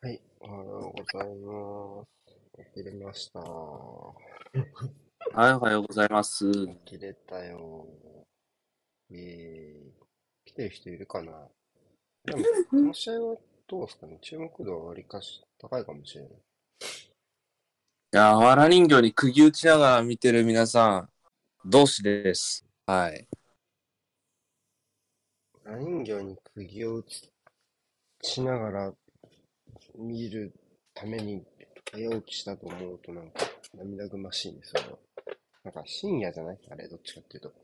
はい、おはようございます。起きれました。 はい、おはようございます。 起きれたよ。イエーイ。来てる人いるかな。でも、この試合はどうですかね。注目度はわりかし高いかもしれない。 いやー、わら人形に釘打ちながら見てる皆さん、同志です。はい。 ラ人形に釘を打ちながら見るために早起きしたと思うとなんか涙ぐましいんですよ。なんか深夜じゃないあれ、どっちかっていうと。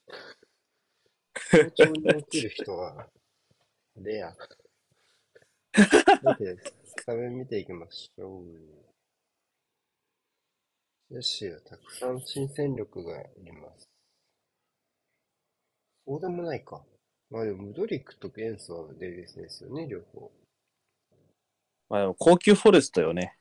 早朝に起きる人はレア。というわけで、スタメン見ていきましょう。ジェシーはたくさん新戦力がいます。そうでもないか。まあでも、ムドリックとゲンスはデビュー戦ですよね、両方。 まあ、でも高級フォレストよね。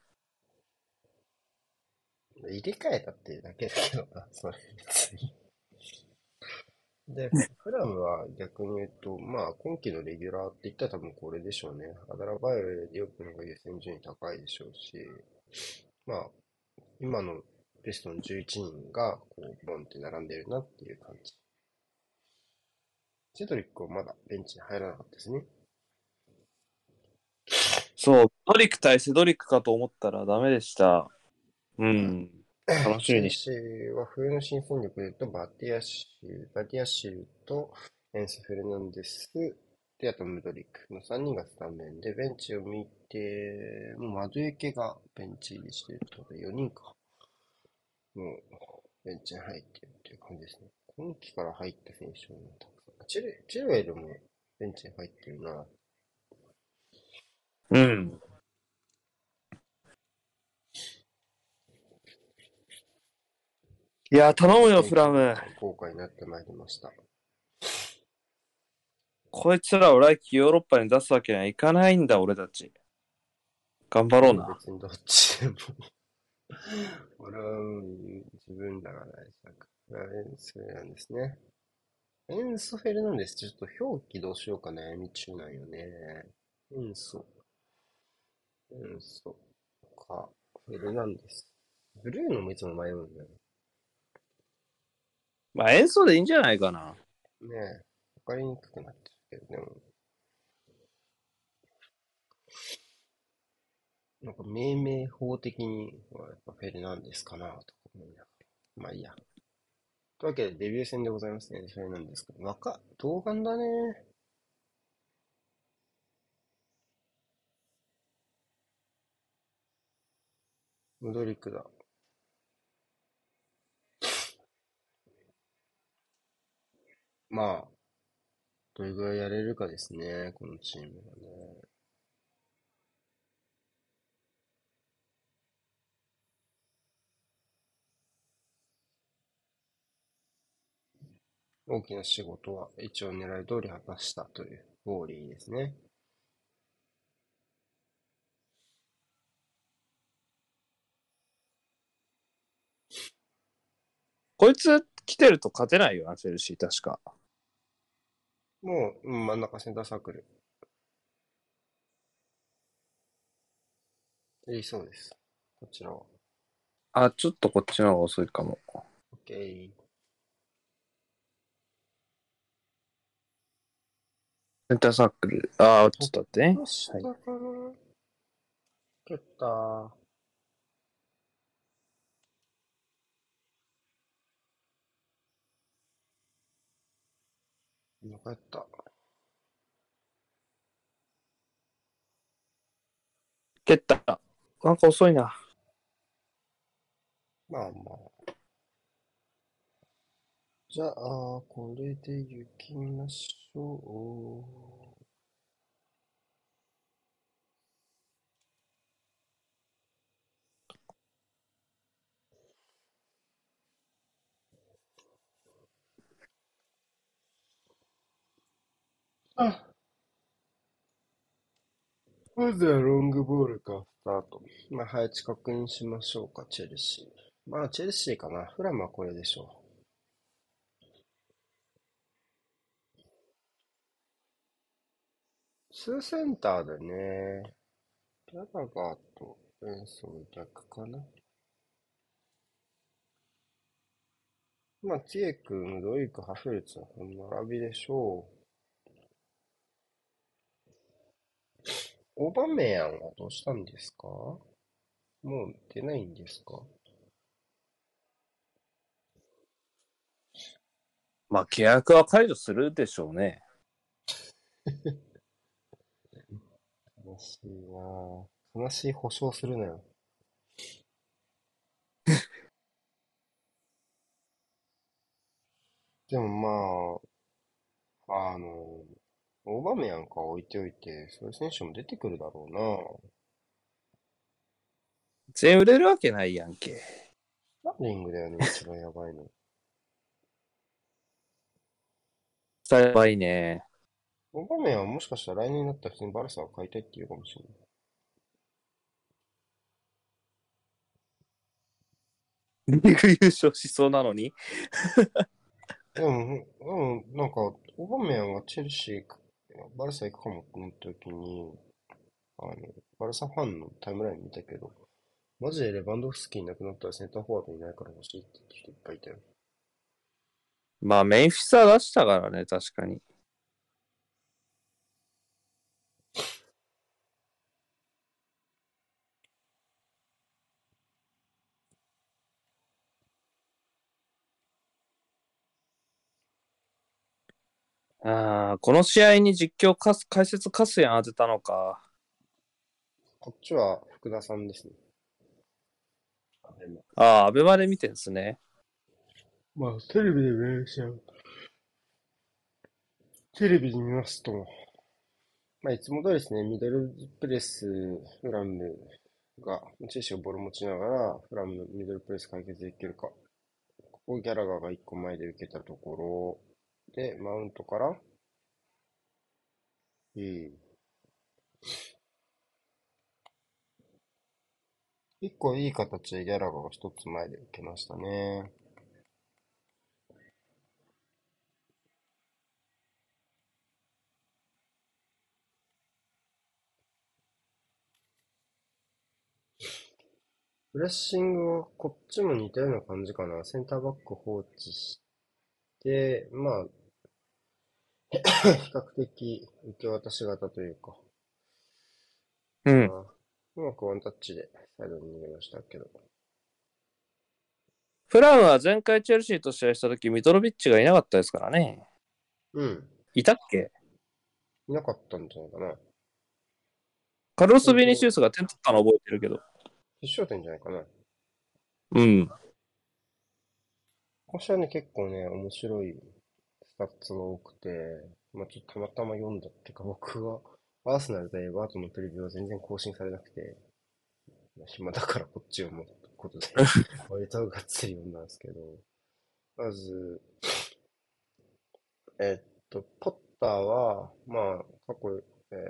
入れ替えたっていうだけだけどな、それ別に。で、フラムは逆に言うと、まあ今季のレギュラーって言ったら多分これでしょうね。アダラバイオよりディオプの方が優先順位高いでしょうし、まあ今のベストの11人がこうボンって並んでるなっていう感じ。セドリックはまだベンチに入らなかったですね。 そう、ドリック対セドリックかと思ったらダメでした。うん。楽しみにしチェルシーは冬の新戦力で言うとバティアシュとエンス・フェルナンデス、で、あとムドリックの3人がスタメンで、ベンチを見て、もうマドゥエケがベンチ入りしているので、4人か。もう、ベンチに入っているという感じですね。今季から入った選手もたくさん。チルウェルもベンチに入ってるな。 うん。いや、頼むよ、 得点機フラム。 が豪華になってまいりました。 こいつらを来季ヨーロッパに出すわけにはいかないんだ、俺たち。頑張いいよ、 ろうな。 別にどっちでも。俺は、自分らが大事だから。それなんですね。エンソフェルナンデス、ちょっと表記どうしようか悩み中なんよね。エンソ、エンソか、フェルナンデス。ブルーノもいつも迷うんだよまあ、演奏でいいんじゃないかな。 ね。え、わかりにくくなってるけど、でも、なんか命名法的にはやっぱフェルナンデスかなとか思いながら。まあいいや。というわけでデビュー戦でございますね。フェルナンデスか。童顔だね。ムドリックだ。まあ、どれぐらいやれるかですね、このチームはね。大きな仕事は一応狙い通り果たしたというウォーリーですね。 こいつ来てると勝てないよな、チェルシー、確か。 もう、真ん中センターサークル。いいそうです。こちらは。 あ、ちょっとこっちの方が遅いかも。 OK。 センターサークル。あー、ちょっと待ってね。 トップはい。 下かな。蹴った。よかった。 蹴った。なんか遅いな。 まあまあ。じゃあ、これで行きましょう。まずはロングボールか、スタート。まあ、配置確認しましょうか、チェルシー。まあ、チェルシーかな。フラムはこれでしょう。ツーセンターでね。 ギャラガーと演奏逆かな。まあ、ティエ君、ロイク、ハフルツはこの並びでしょう。オバメヤンはどうしたんですか？もう出ないんですか？ まあ、契約は解除するでしょうね。 悲しいなぁ。悲しい保証するなよ。でもまあ、オバメヤンか置いておいて、そういう選手も出てくるだろうな。 全員売れるわけないやんけ。 スターリングだよね、一番やばいの。 やばいね。 オバメヤンはもしかしたら来年になったら普通にバルサを買いたいって言うかもしれない。 リーグ優勝しそうなのに。 なんか、オバメヤンがチェルシー、バルサ行くかもって思った時に、あの、バルサファンのタイムライン見たけど、マジでレバンドフスキーいなくなったらセンターフォワードいないから欲しいって言って人いっぱいいたよ。 まあ、メンフィスは出したからね、確かに。ああ、この試合に実況かす、解説カスヤン当てたのか。 こっちは福田さんですね。あでもああ、アベマで見てんすね。 まあ、テレビで見れるし、テレビで見ますと、まあ、いつも通りですね、ミドルプレス、フラムが、チェルシーがボール持ちながら、フラムのミドルプレス解決できるか。ここギャラガーが1個前で受けたところ、で、マウントから、いい。1個いい形でギャラガーが1つ前で受けましたね。プレッシングはこっちも似たような感じかな。センターバック放置して、まあ、比較的受け渡し型というか、 うん。 うまくワンタッチでサイドに逃げましたけど。 フランは前回チェルシーと試合した時ミトロビッチがいなかったですからね。 うん。 いたっけ？ いなかったんじゃないかな。 カルロス・本当、 ビニシウスが点取ったの覚えてるけど。 必勝点じゃないかな。 うん。 今週はね、結構ね、面白いスタッツが多くて、まあちょっとたまたま読んだっていうか、僕は、アーセナル対エバートンのプレビューは全然更新されなくて、暇だからこっちをもということで、割とがっつり読んだんですけど、まず、ポッターは、まあ、過去、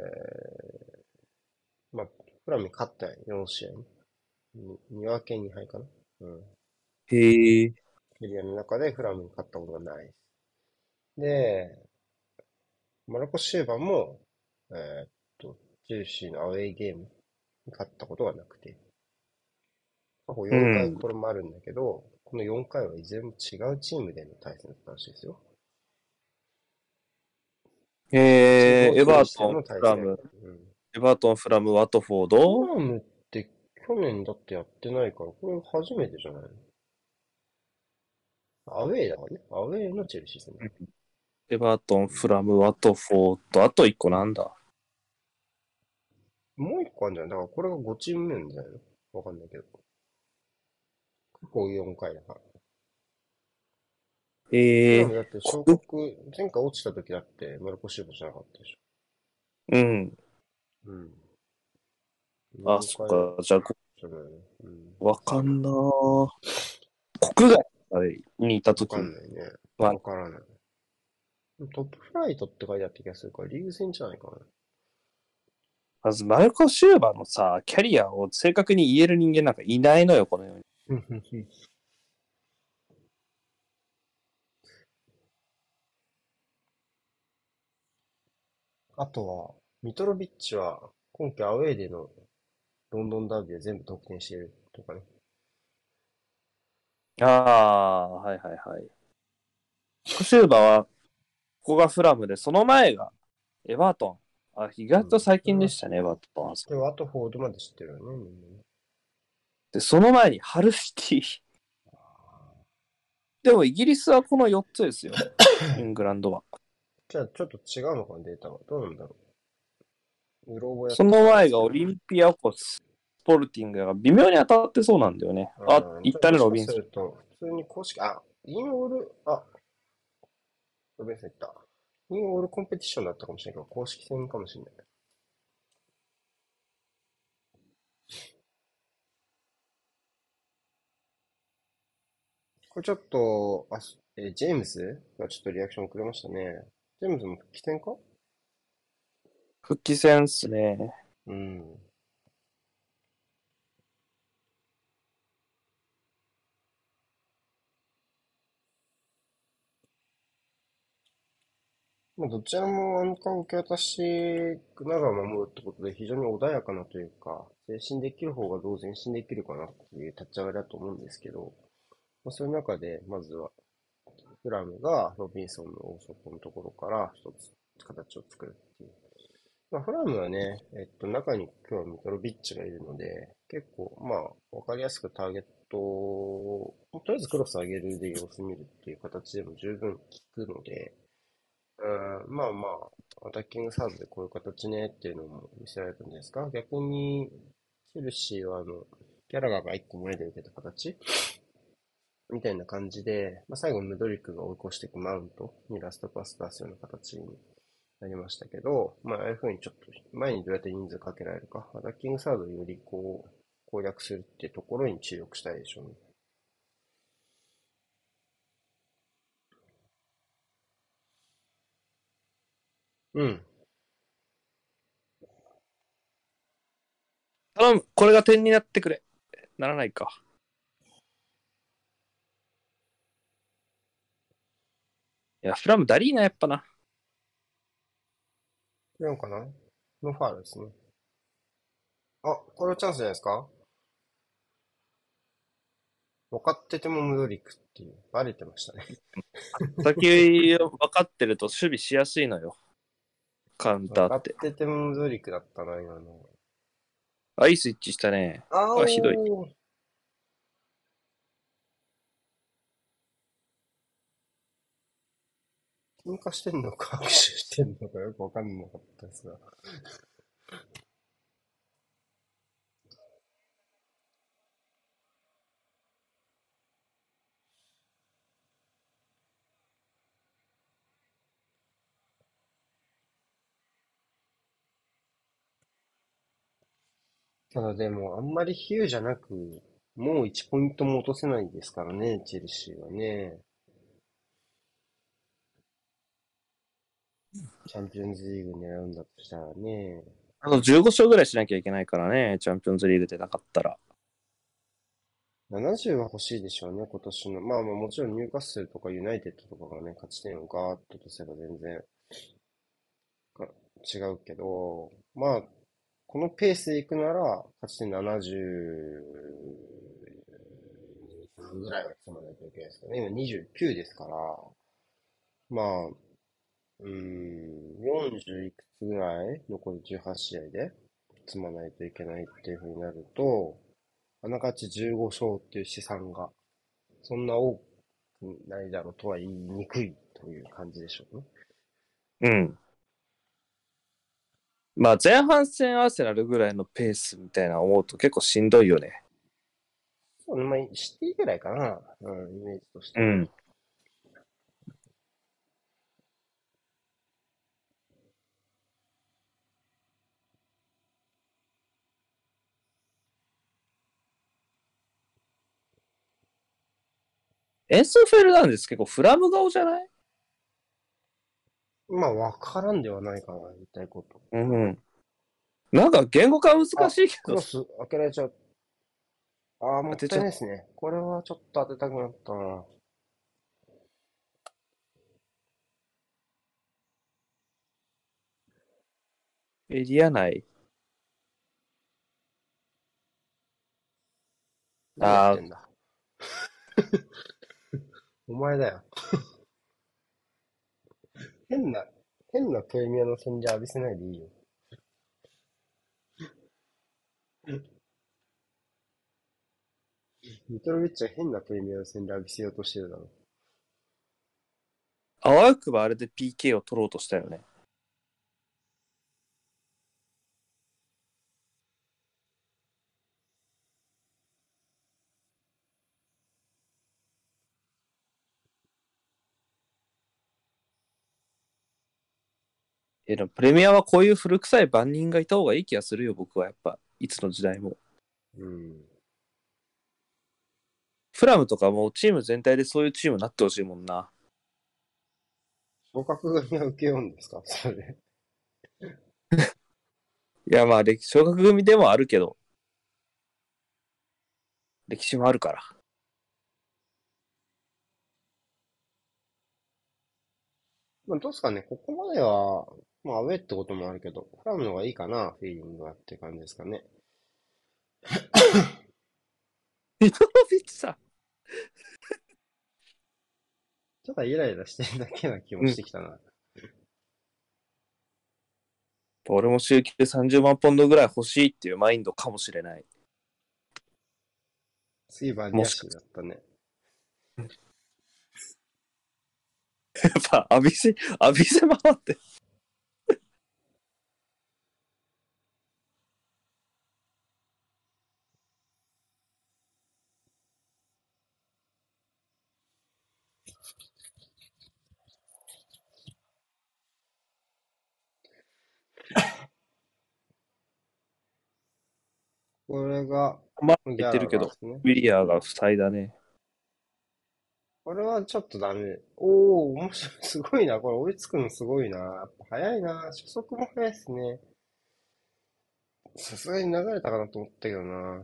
まあ、フラムに勝った4試合に、2分け2敗かな。うん。 へえ。 エリアの中でフラムに勝ったことがないです。で、マルコ・シューバも、えーっチェルシーのアウェイゲームに勝ったことがなくて、過去4回うん。 これもあるんだけど、この4回はいずれも違うチームでの対戦だったらしいですよ。地方エバ通してートン、 の対戦。 フラム、 うん。 エバートン、フラム、ワトフォード、 フラムって去年だってやってないから、これ初めてじゃないの？アウェイだからね。アウェイのチェルシー戦だかエバートン、フラム、ワトフォード、あと1個なんだ。 ら。もう一個あるんじゃない？だからこれが5チーム目なんじゃないの？わかんないけど。過去4回だから。フラえムだって昇国、 格、前回落ちた時だってマルコシューバじゃなかったでしうん。 ょ。うん。 あ、 4回そっか。じゃあ、 じゃないの？うん。 わかんなー。国外にいたわときかんないね。 は、 わからない。トップフライトって書いてあった気がするから、リーグ戦じゃないかな。 まず、マルコ・シューバーのさ、キャリアを正確に言える人間なんかいないのよ、このように。 あとは、ミトロビッチは、今季アウェーでのロンドンダービーで全部得点してるとかね。 ああ、はいはいはい。シューバは、ここがフラムで、その前がエバートン。あ、意外とうん。 最それは近でしたね、エバートンは。 でも、ワトフォードまで知ってるよね、みんなね。 で、その前にハルシティ。でもイギリスはこの4つですよ。イングランドは。 じゃあ、ちょっと違うのかな、データは。どうなんだろう。うろ覚えだっそたからあれでの前がオすけど。 リンピアコス、スポルティングが微妙に当たってそうなんだよね。あ、 うん。じゃあ、 いったね、 もしかロビンソン。 すると、普通に公式、インオール、ごめんなさい、言った。インオールコンペティションだったかもしれないけど、公式戦かもしれない。これちょっと、ジェームズがちょっとリアクションくれましたね。ジェームズも復帰戦か。 復帰戦っすね。 うん。まあ、どちらもアンカーを受け渡しながら守るってことで非常に穏やかなというか、前進できる方がどう前進できるかなっていう立ち上がりだと思うんですけど、まあ、そういう中で、まずは、フラムがロビンソンの大外のところから一つ形を作るっていう。まあ、フラムはね、中に今日はミトロビッチがいるので、結構、まあ、わかりやすくターゲットを、とりあえずクロス上げるで様子見るっていう形でも十分効くので、まあまあ、アタッキングサーブでこういう形ねっていうのも見せられたんじゃないですか。逆に、チェルシーはギャラガーが1個前で受けた形みたいな感じで、まあ、最後ムドリックが追い越していくマウントにラストパス出すような形になりましたけど、まあ、ああいう風にちょっと前にどうやって人数かけられるか、アタッキングサードをよりこう、攻略するっていうところに注力したいでしょうね。うん。 頼む、これが点になってくれ。ならないか。いや、フラムダリーナやっぱな。 4かなのファールですね。これはチャンスじゃないですか。分かっててもムドリックっていう、バレてましたね。 先分かってると守備しやすいのよ。カウン分ターって。 かっててもムドリックだったな、今の。 あ、いいスイッチしたね。 ああ、ひどい。 おー。喧嘩してんのか、握手してんのかよくわかんなかったですが。ただでも、あんまり比喩じゃなく、もう1ポイントも落とせないですからね、チェルシーはね。チャンピオンズリーグ狙うんだとしたらね。 あと15勝ぐらいしなきゃいけないからね。チャンピオンズリーグでなかったら。 70は欲しいでしょうね、今年の。まあまあもちろんニューカッスルとかユナイテッドとかがね、勝ち点をガーッと落とせば全然か違うけど、まあ、このペースで行くなら、勝ち点70ぐらいは積まないといけないですかね。今29ですから、まあ、40いくつぐらい残り18試合で積まないといけないっていう風になると、あながち15勝っていう試算がそんな多くないだろうとは言いにくいという感じでしょうね。 うん。まあ前半戦アーセナルぐらいのペースみたいな思うと結構しんどいよね。 そうね、まあ、シティぐらいかな。イメージとしては。 うん。エンソフェルナンデス結構フラム顔じゃない？ まあ、わからんではないかな、言いたいこと。 うん。なんか言語化難しいけど、 クロス開けられちゃう。もったい当てちゃっないですね。これはちょっと当てたくなったな。 エリア内。 何やっああ、 てんだ。お前だよ。変な、変なプレミアの洗礼浴びせないでいいよ。ミトロビッチは変なプレミアの洗礼浴びせようとしてるだろ。 あわよくばあれで PK を取ろうとしたよね。でもプレミアはこういう古臭い番人がいた方がいい気がするよ、僕はやっぱ。いつの時代も。 うん。 フラムとかもうチーム全体でそういうチームになってほしいもんな。 昇格組は受けようんですかそれで。 いや、まあ、昇格組でもあるけど、歴史もあるから。 まあ、どうですかね。ここまでは、まあ、アウェーってこともあるけど、フラムの方がいいかな、フィーリングはって感じですかね。 ミトロビッチさただイライラしてるだけな気ん。うん。 もしてきたな。 俺も週休30万ポンドぐらい欲しいっていうマインドかもしれない。 次バニアシもしかしだったね。 て、やっぱ浴びせ回って。 これが、 まあ、 ギャラ言ってるけど、 がですね。 ウィリアーが塞いだね。 これはちょっとダメ。おー、面白い。すごいな。これ追いつくのすごいな。やっぱ早いな。初速も早いですね。さすがに流れたかなと思ったけどな。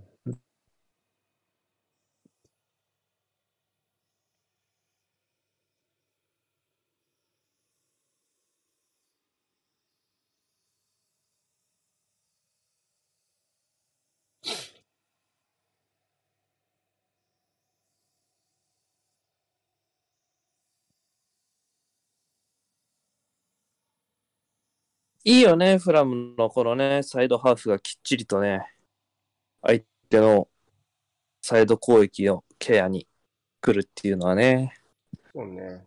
いいよね、フラムのこのね、サイドハーフがきっちりとね、相手のサイド攻撃のケアに来るっていうのはね。 そうね。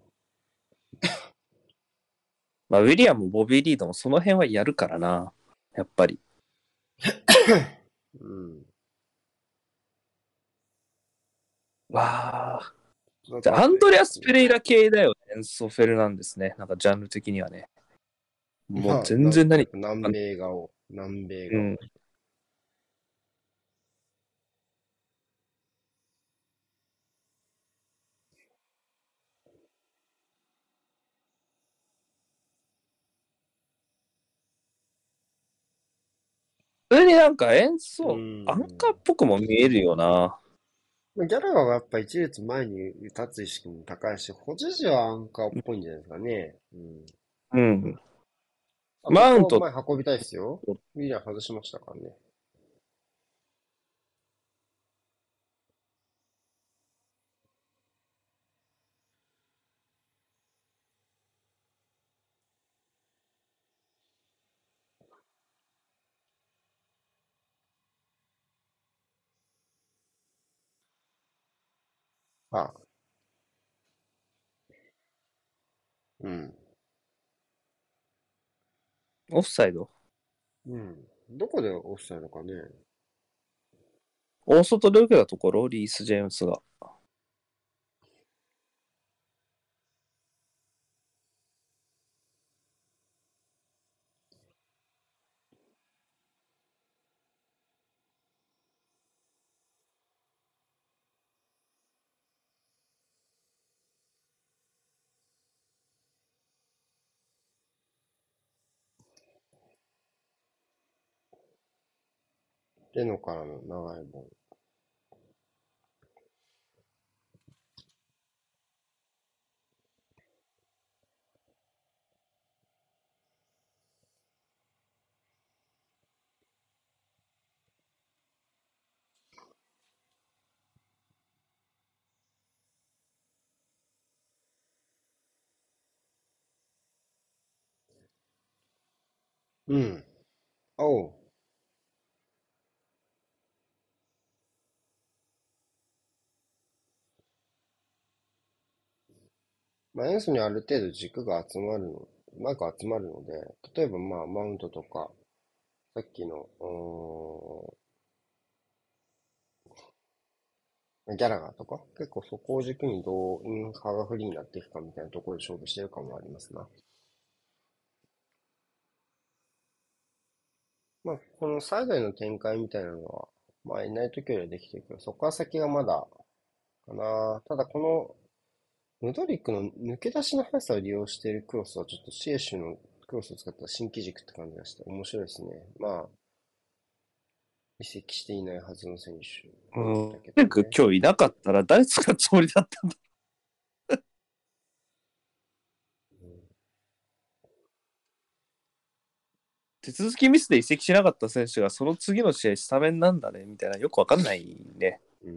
まあ、ウィリアム、ボビー・リードもその辺はやるからな。やっぱり。 うん。 わあ。 なんかじゃあ、アンドレアス・ペレイラ系だよね。エンソ・フェルナンデスね。なんかジャンル的にはね。もうまあ、 全然何。 やっぱ南米顔。南米顔。 うん。それになんか演う奏、アンカーん。 っぽくも見えるよな。 まあギャラガーがやっぱ一列前に立つ意識も高いし、保持時はアンカーっぽいんじゃないですかね。うん。 うん。 あ、こマウント、 こ前運びたいですよ。ウィリアム外しましたからね。あ、うん。 オフサイド。 うん。どこでオフサイドかね。 大外で受けたところ、リース・ジェームスが。 レノからの長いボール。 うん。おう。まあ、エンスにある程度軸が集まるの、うまく集まるので、例えばまあ、マウントとか、さっきの、ギャラガーとか、結構そこを軸にどうインハーがフリーになっていくかみたいなところで勝負してる感もありますな。まあ、このサイドへの展開みたいなのは、まあ、いない時よりはできてるけど、そこから先がまだかな。ただこのムドリックの抜け出しの速さを利用しているクロスはちょっとシエシュのクロスを使った新機軸って感じがして面白いですね。まあ、移籍していないはずの選手うん。 だけどね。 今日いなかったら誰使うつもりだったんだ。手続きミスで移籍しなかった選手がその次の試合スタメンなんだね、みたいな、よくわかんないね。 うん。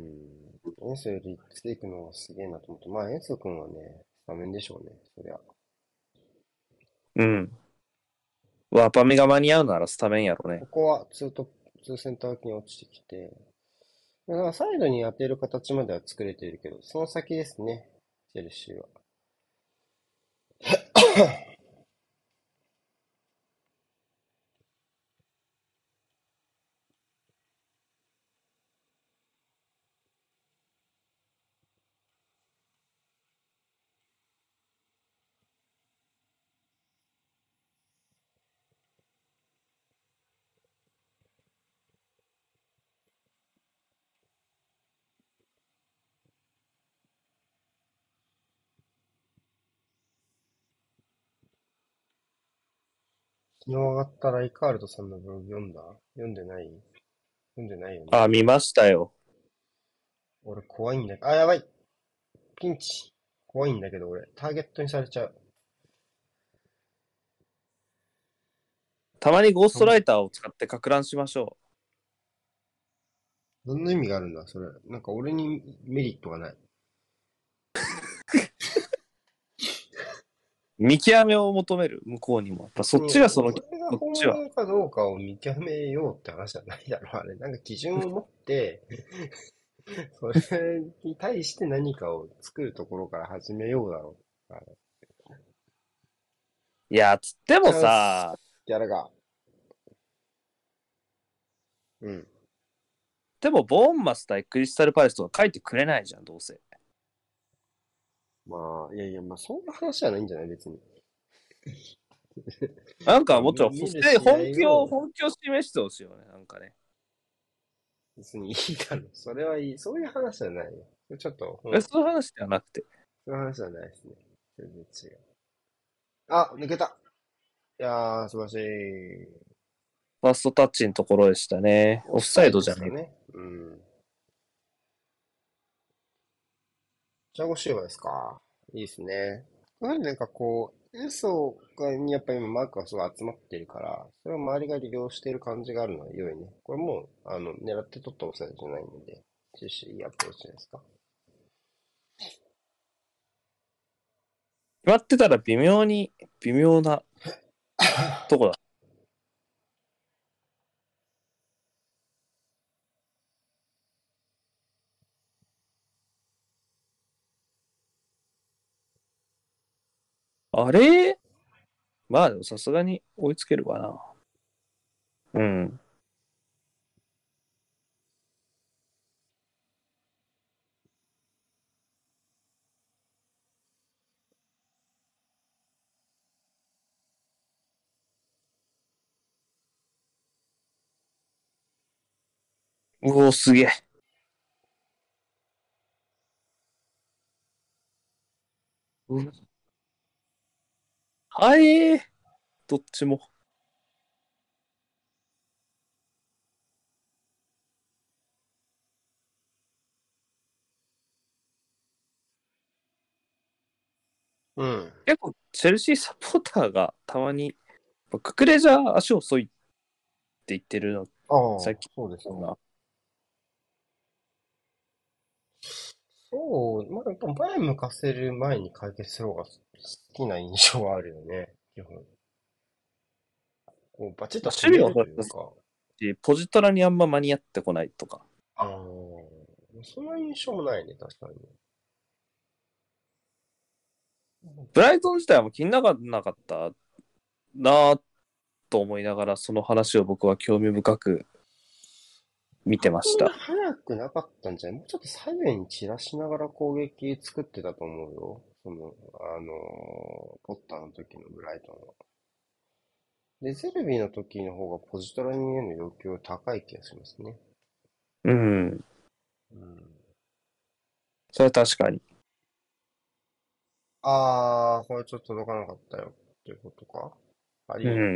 エンソよりついていくのがすげえなと思って。まあ、エンソ君はね、スタメンでしょうね。そりゃ。 うん。ワパミが間に合うならスタメンやろね。 ここはツーセンター脇に落ちてきて、だからサイドに当てる形までは作れているけど、その先ですね。チェルシーは。昨日上がったライカールトさんのブログ読んだ？読んでない？読んでないよね。 あ、見ましたよ。 俺怖いんだけど、あ、やばい。ピンチ。怖いんだけど俺、ターゲットにされちゃう。 たまにゴーストラかも。 イターを使ってか乱しましょどんな意味があるんだそれ。なんか俺にメリットがない。 う。見極めを求める、向こうにも。やっぱそっ別に、 ちがその、 それがこっちは。 本物かどうかを見極めようって話じゃないだろ、あれ。なんか基準を持って、それに対して何かを作るところから始めようだろう。 いや、つってもチャンス、 さ、 ギャラが。うん。 でもボーンマス対クリスタルパレスとか書いてくれないじゃん、どうせ。 まあ、いやいや、まあ、そういう話じゃないんじゃない別に。 なんまあ、 かもちろん、 見る試合を、 本気を示してほしいよね、なんかね。 別にいいだろう。それはいい。そういう話じゃないよ。それちょっと、 そういう話ではなくて、 そういう話じゃないですね。全然違う。あ、抜けた。いやー、素晴らしい。 ファーストタッチのところでしたね。オフサオフサイドイドじゃねえか。 ですかね。うん。ジャゴシューバですか。いいですね。なんかこう、エンソにやっぱり今マークがすごい集まってるから、それを周りが利用している感じがあるのは良いね。これもう、狙って取ったオフサイドじゃないので、終始いいアプローチじゃないですか。 決まってたら微妙なとこだ。あれまあでもさすがに追いつけるかな。うん。うお、すげえ。うはい、どっちも。 うん。 結構、チェルシーサポーターがたまに、ククレジャー足遅いって言ってるの、 ああ、 最近そうですか。 な。 そう、まあ、やっぱ前向かせる前に解決する方が好きな印象はあるよね。基本。 こうバチッとまあ、 決める守備もそうだというか、 し、ポジトラにあんま間に合ってこないとか。 ああ、そんな印象もないね、確かに。 ブライトン自体はもう気にならなかったなぁと思いながら、その話を僕は興味深く見てまそんなした。 早くなかったんじゃない？もうちょっと左右に散らしながら攻撃作ってたと思うよ。ポッターの時のブライトンは。で、ゼルビーの時の方がポジトラにへの要求は高い気がしますね。 うん。 うん。 それは確かに。 あー、これちょっと届かなかったよっていうことか。ありえん。 うん。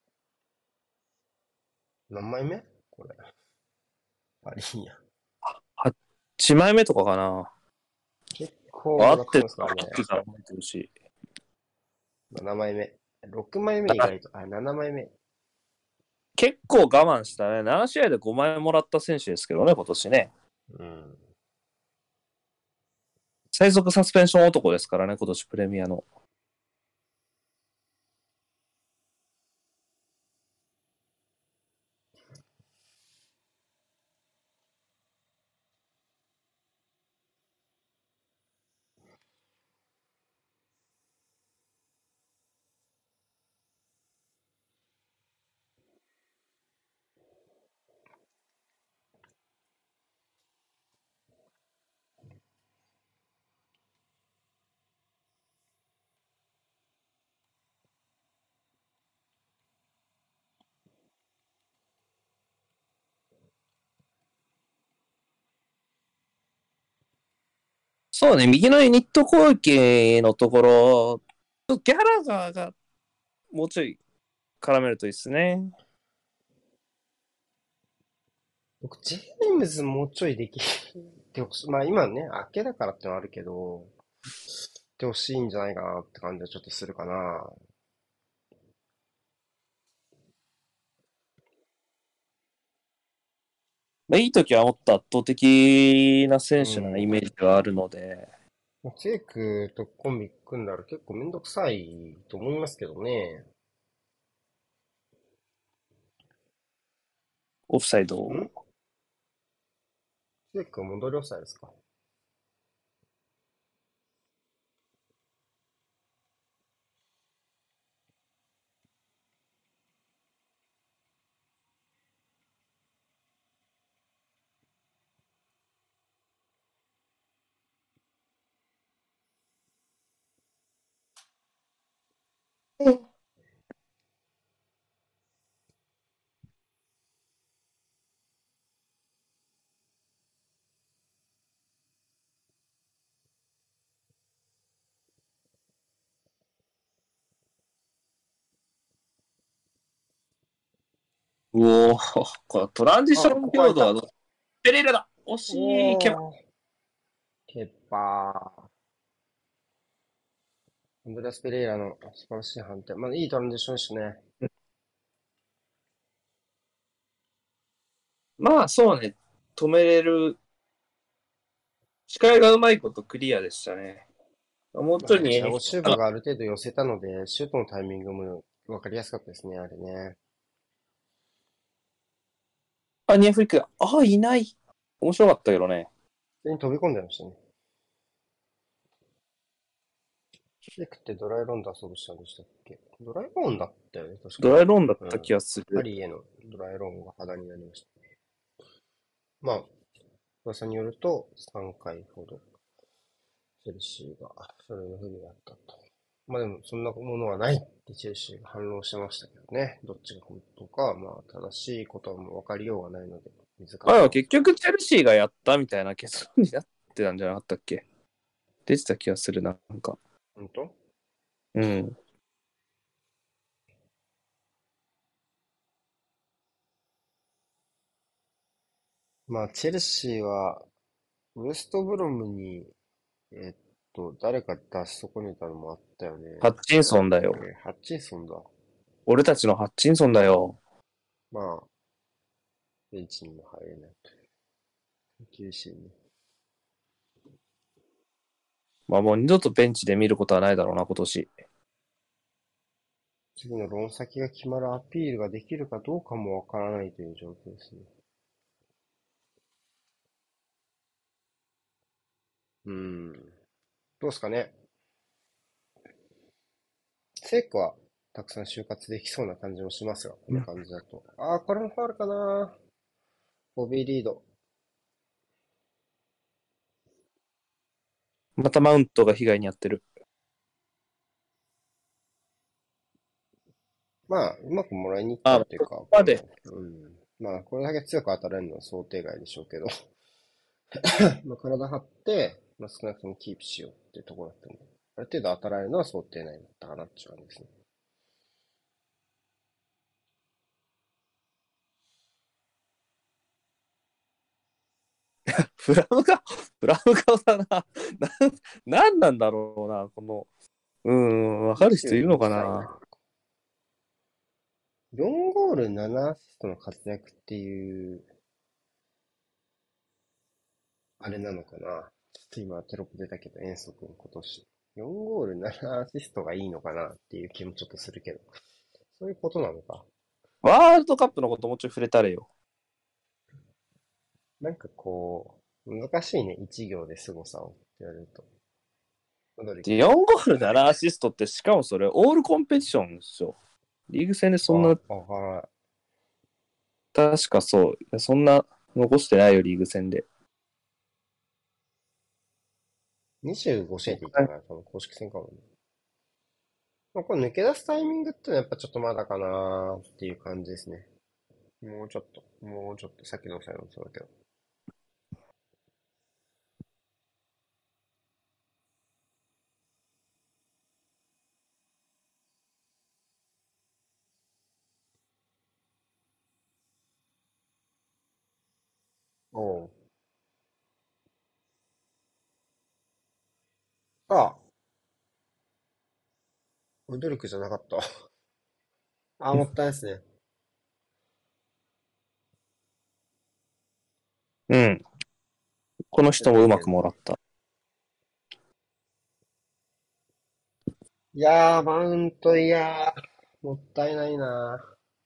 何枚目これ。ありえんや。 8枚目とかかな。 結構合もらってってるかますからね。 合ってたら覚えてほしい。 7枚目。6枚目意外と。7枚目。 結構我慢したね。7試合で5枚もらった選手ですけどね、今年ね。 うん。 最速サスペンション男ですからね、今年プレミアの。そうね、右のユニット攻撃のところ、ギャラガーがもうちょい絡めるといいですね。 僕、ジェームズもうちょいできてほしい。まあ今ね、明けだからってのはあるけど、ってほしいんじゃないかなって感じはちょっとするかな。 まあ、いい時はもっと圧倒的な選手なイうん。 メージがあるので、 ツエクとコンビ組んだら結構めんどくさいと思いますけどね。 オフサイドを。 んツエクは戻り押さえですか？ うおー、このトランジショあ、 ンここ空いた。 強度はペレイラだ惜しいけば。 おー、ケッパー。アンドレアス・ペレイラの素晴らしい判定。まあいいトランジションですね。 まあそうね、止めれる、視界がうまいことクリアでしたね。もうちょいまあ、チアに、 ゴ・シューバがある程度寄せたので、シュートのタイミングも分かりやすかったですね、あれね。 ニアフリックが、いない。面白かったけどね。 普通に飛び込んでましたね。シェイクってドライロンド遊ぶしたんでしたっけ？ドライロンだったよね、確か。 ドライローンだったうん。 気がする。 パリへのドライロンが肌になりました。まあ、噂によると3回ほどチェルシーがそれの不備があったと。まあでも、そんなものはないってチェルシーが反論してましたけどね。どっちが本当か、まあ正しいことはもう分かりようがないので、自らの。 結局チェルシーがやったみたいな結論になってたんじゃなかったっけ？出てた気がするな、なんか。 本当？ うん。 まあ、チェルシーは、ウエストブロムに、誰か出し損ねたのもあったよね。 ハッチンソ誰だっンだよ。 け？ハッチンソンだ。 俺たちのハッチンソンだよ。 まあ、ベンチにも入れないという。厳しいね。 まあもう二度とベンチで見ることはないだろうな、今年。 次のローン先が決まるアピールができるかどうかもわからないという状況ですね。うん。どうですかね。セイクはたくさん就活できそうな感じもしますが、この感じだと。ああ、これもファウルかな。ボビー・リード。 またマウントが被害に遭ってる。 まあ、うまくもらいに行ったあ、こっていうか、 こまで。 まあ、これだけ強く当たれるのは想定外でしょうけど、まあ、体張って、まあ、少なくともキープしようっていうところだったんで、ある程度当たられるのは想定内だったかなっていう感じですね。 フラムが、フラム顔だな。なんなんだろうな、この。わかる人いる 22 のか歳。 な。 4ゴール7アシストの活躍っていう、あれなのかな。ちょっと今テロップ出たけど、遠足今年。4ゴール7アシストがいいのかなっていう気もちょっとするけど。そういうことなのか。 ワールドカップのこともうちょい触れたれよ。 なんかこう、難しいね。一行で凄さをって言われると。戻りで、4ゴール7アシストって、しかもそれ、オールコンペティションですよ。リーグ戦でそんな、 わからない。 確かそう、そんな残してないよ、リーグ戦で。 25試合でいたから、多分公式戦かもね。まあ、これ抜け出すタイミングってのはやっぱちょっとまだかなーっていう感じですね。もうちょっと、さっきのおっしゃるのもそうだけど。おう。あ、ウドリクじゃなかった。あ、もったいないですね。 うん。この人もうまくもらった。 いやー、マウント、いやー、もったいないな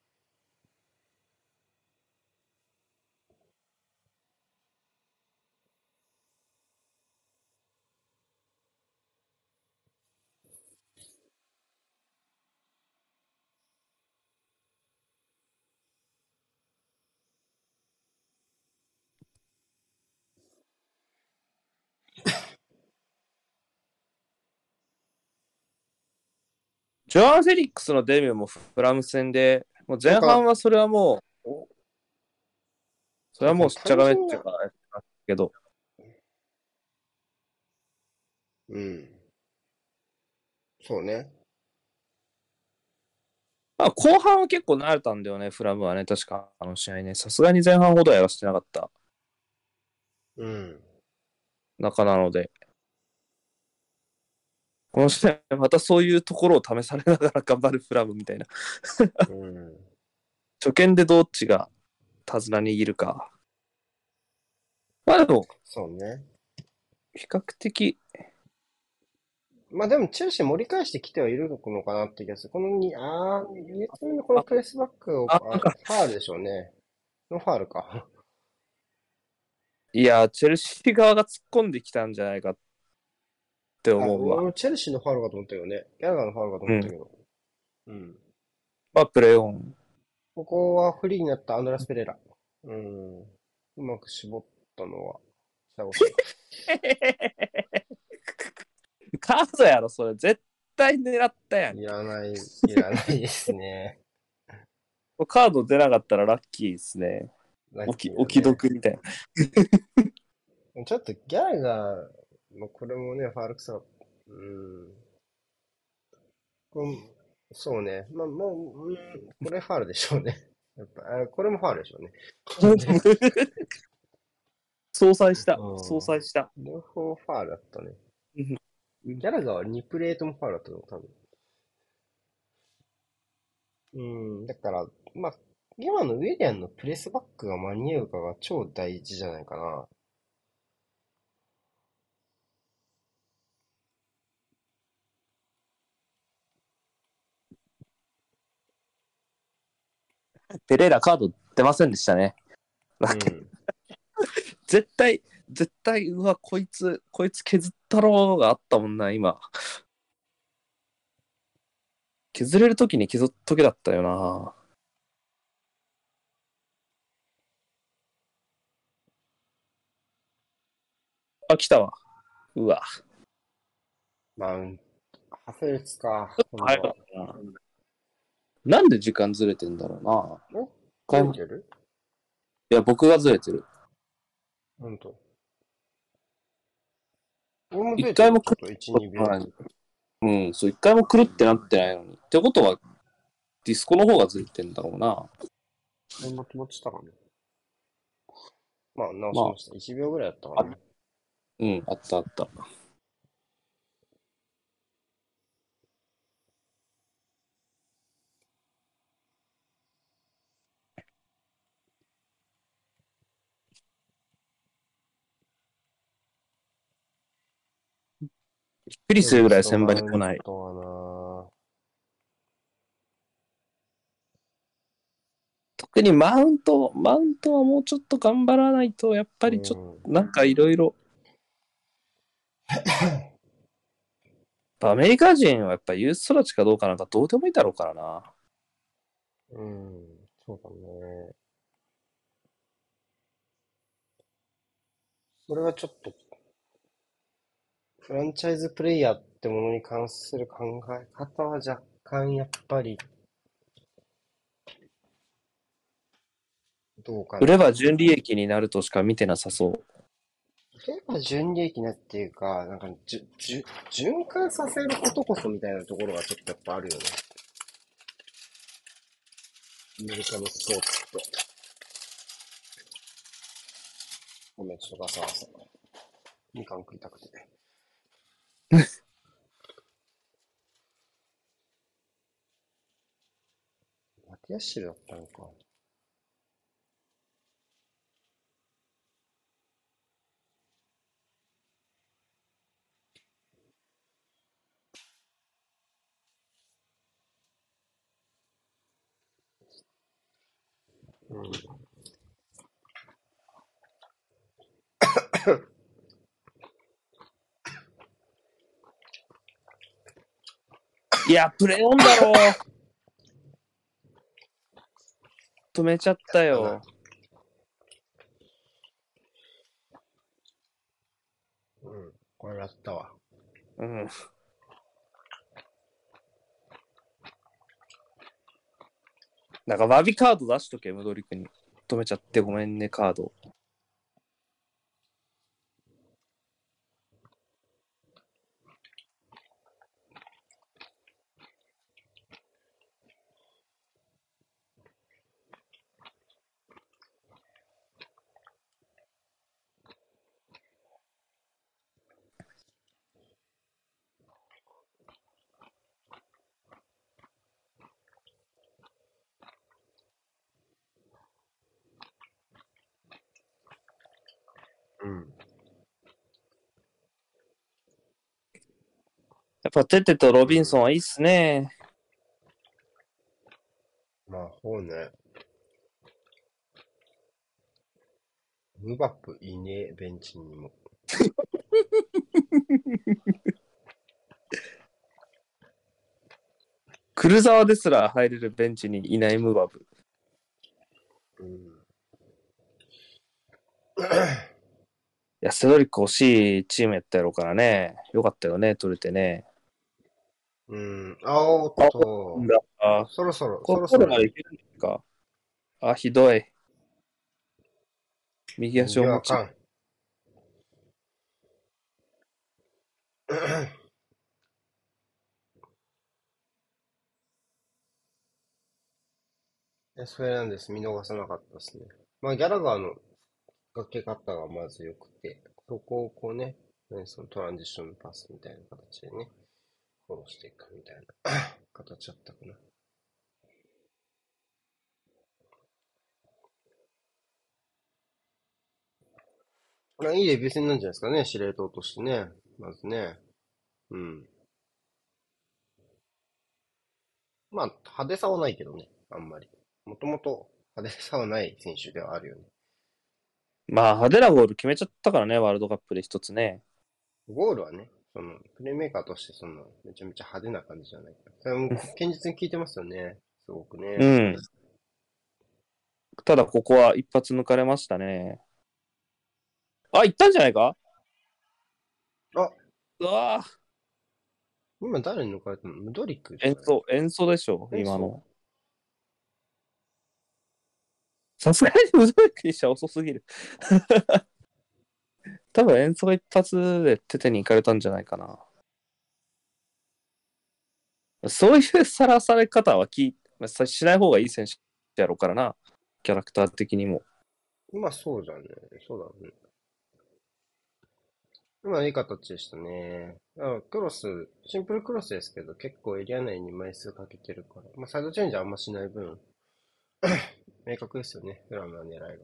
ジョアン・フェリックスのデビューもフラム戦で、もう前ー。 半はそれはもう、それはもうしっちゃ単純な、 がめっていうか、けど、 うん。そうね。 まあ、後半は結構慣れたんだよね、フラムはね、確かあの試合ね。さすがに前半ほどはやらせてなかったうん。 中なので、この試合、またそういうところを試されながら頑張るフラムみたいな。 うん。 初見でどっちが手綱握るか。まあでも、 そうね。 比較的、 まあでも、チェルシー盛り返してきてはいるのかなって気がする。この2列目のこのあ、 プレスバックを、 なんか、 ファールでしょうね。のファールか。 いや、チェルシー側が突っ込んできたんじゃないかってあ、 思うわ。 チェルシーのファールかと思ったよね。ギャラガーのファールかとうん。 思ったけど。うん。 まあ、プレーオン。 ここはフリーになったアンドラス・ペレラ。うん。うまく絞ったのは、シャゴスだ。 カードやろ、それ。絶対狙ったやんけ。 いらないですね。 カード出なかったらラッキーですね。 ラッキーお気だね。 毒みたいな。 ちょっとギャラガー、まあ、これもね、ファール臭かった。うん。これそうね。まあ、もう、これファールでしょうね。やっぱ、これもファールでしょうね。で、 相殺した。相う殺した。 両方ファールだったね。 うんギャラガーは2プレートもファールだったの、多分。うん、だから、まあ、今のウィリアンのプレスバックが間に合うかが超大事じゃないかな。 ペレイラカード出ませんでしたね。 うん。 絶対、うわ、こいつ削ったろうがあったもんな、今。削れるときに削っとけだったよな。あ、来たわ。うわ。 まあ、ハフェルツか、今早かっ度は。 たな。なんで時間ずれてんだろうな。 お、ず買いもいれてる？ や、僕がずれてる。 ほんと。俺もず一れてるよ。 回も狂っちょっと1、2秒。 たことない。うん、そう、一回も狂ってなってないのに。ってことは、ディスコの方がずれてんだろうな。 そんな気持ちしたかな。まあ、直しまました。1秒ぐらいだったかあ、 な。 うん、あったあった。びっくりフェルツするぐらい先場とマウンに来ない。 トは特にマウントはもうちょっと頑張らないと、やっぱな。うりちょっん。 と、なんかいろいろ、アメリカ人はやっぱユーストラチかどうかなんかどうでもいいだろうからな。 うん。そうだね。それはちょっと、フランチャイズプレイヤーってものに関する考え方は若干やっぱりどうかな。 売れば純利益になるとしか見てなさそう。 例えば純利益なっていうか、なんか循環させることこそみたいなところがちょっとやっぱあるよね。アメリカのスポーツって。ごめん、ちょっとガサガサ。みかん食いたくて。マティアッシュルだったのか。うん。 いや、プレオンだろう。止めちゃっただな。 よ。 うん。これやったわ。 うん。なんか、ワビカード出しとけ、ムドリクに。止めちゃってごめんね、カード。 うん。 やっぱテテとロビンソンうん。 はいいっすね。 まあ、ほうね。ムバップいねえ、ベンチにも。 クルザワですら入れるベンチにいないムバブ。 うん。 いや、セドリック欲しいチームやったやろうからね。よかったよね、取れてね。 うん。あおっあ、 と。 あ、 そころそろ、 こまでいけるんですか。あ、ひどい。右足を持ち。 右はあかん。フェランデス見逃さなかったですね。まあ、ギャラガーのかけ方がまず良くて、そこをこうね、そのトランジションパスみたいな形でね、フォローしていくみたいな形だったかな。これはいいデビュー戦なんじゃないですかね、司令塔としてね。まずね。うん。まあ、派手さはないけどね、あんまり。 もともと派手さはない選手ではあるよね。 まあ、派手なゴール決めちゃったからね、ワールドカップで一つね。 ゴールはね、プレーメーカーとしてめちゃめちゃ派手な感じじゃないか。それも堅実に効いてますよね。すごくね。 うん。ただ、ここは一発抜かれましたね。あ、行ったんじゃないか。 あ、 うわぁ。 今誰に抜かれたの？ムドリックじゃない？ 演奏でしょ、 演奏？ 今の。さすがに無条件にしちゃ遅すぎる。多分演奏一発で手に行かれたんじゃないかな。そういうさらされ方はしない方がいい選手やろうからな。キャラクター的にも。 まあそうじゃね。そうだね。今いい形でしたね。クロス、シンプルクロスですけど、結構エリア内に枚数かけてるから。まあサイドチェンジあんましない分、明確ですよね。フラムの狙いが。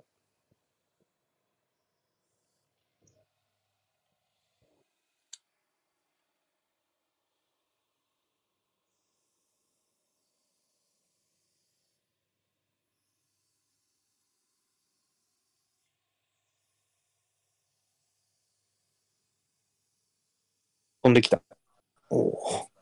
飛んできた。おお。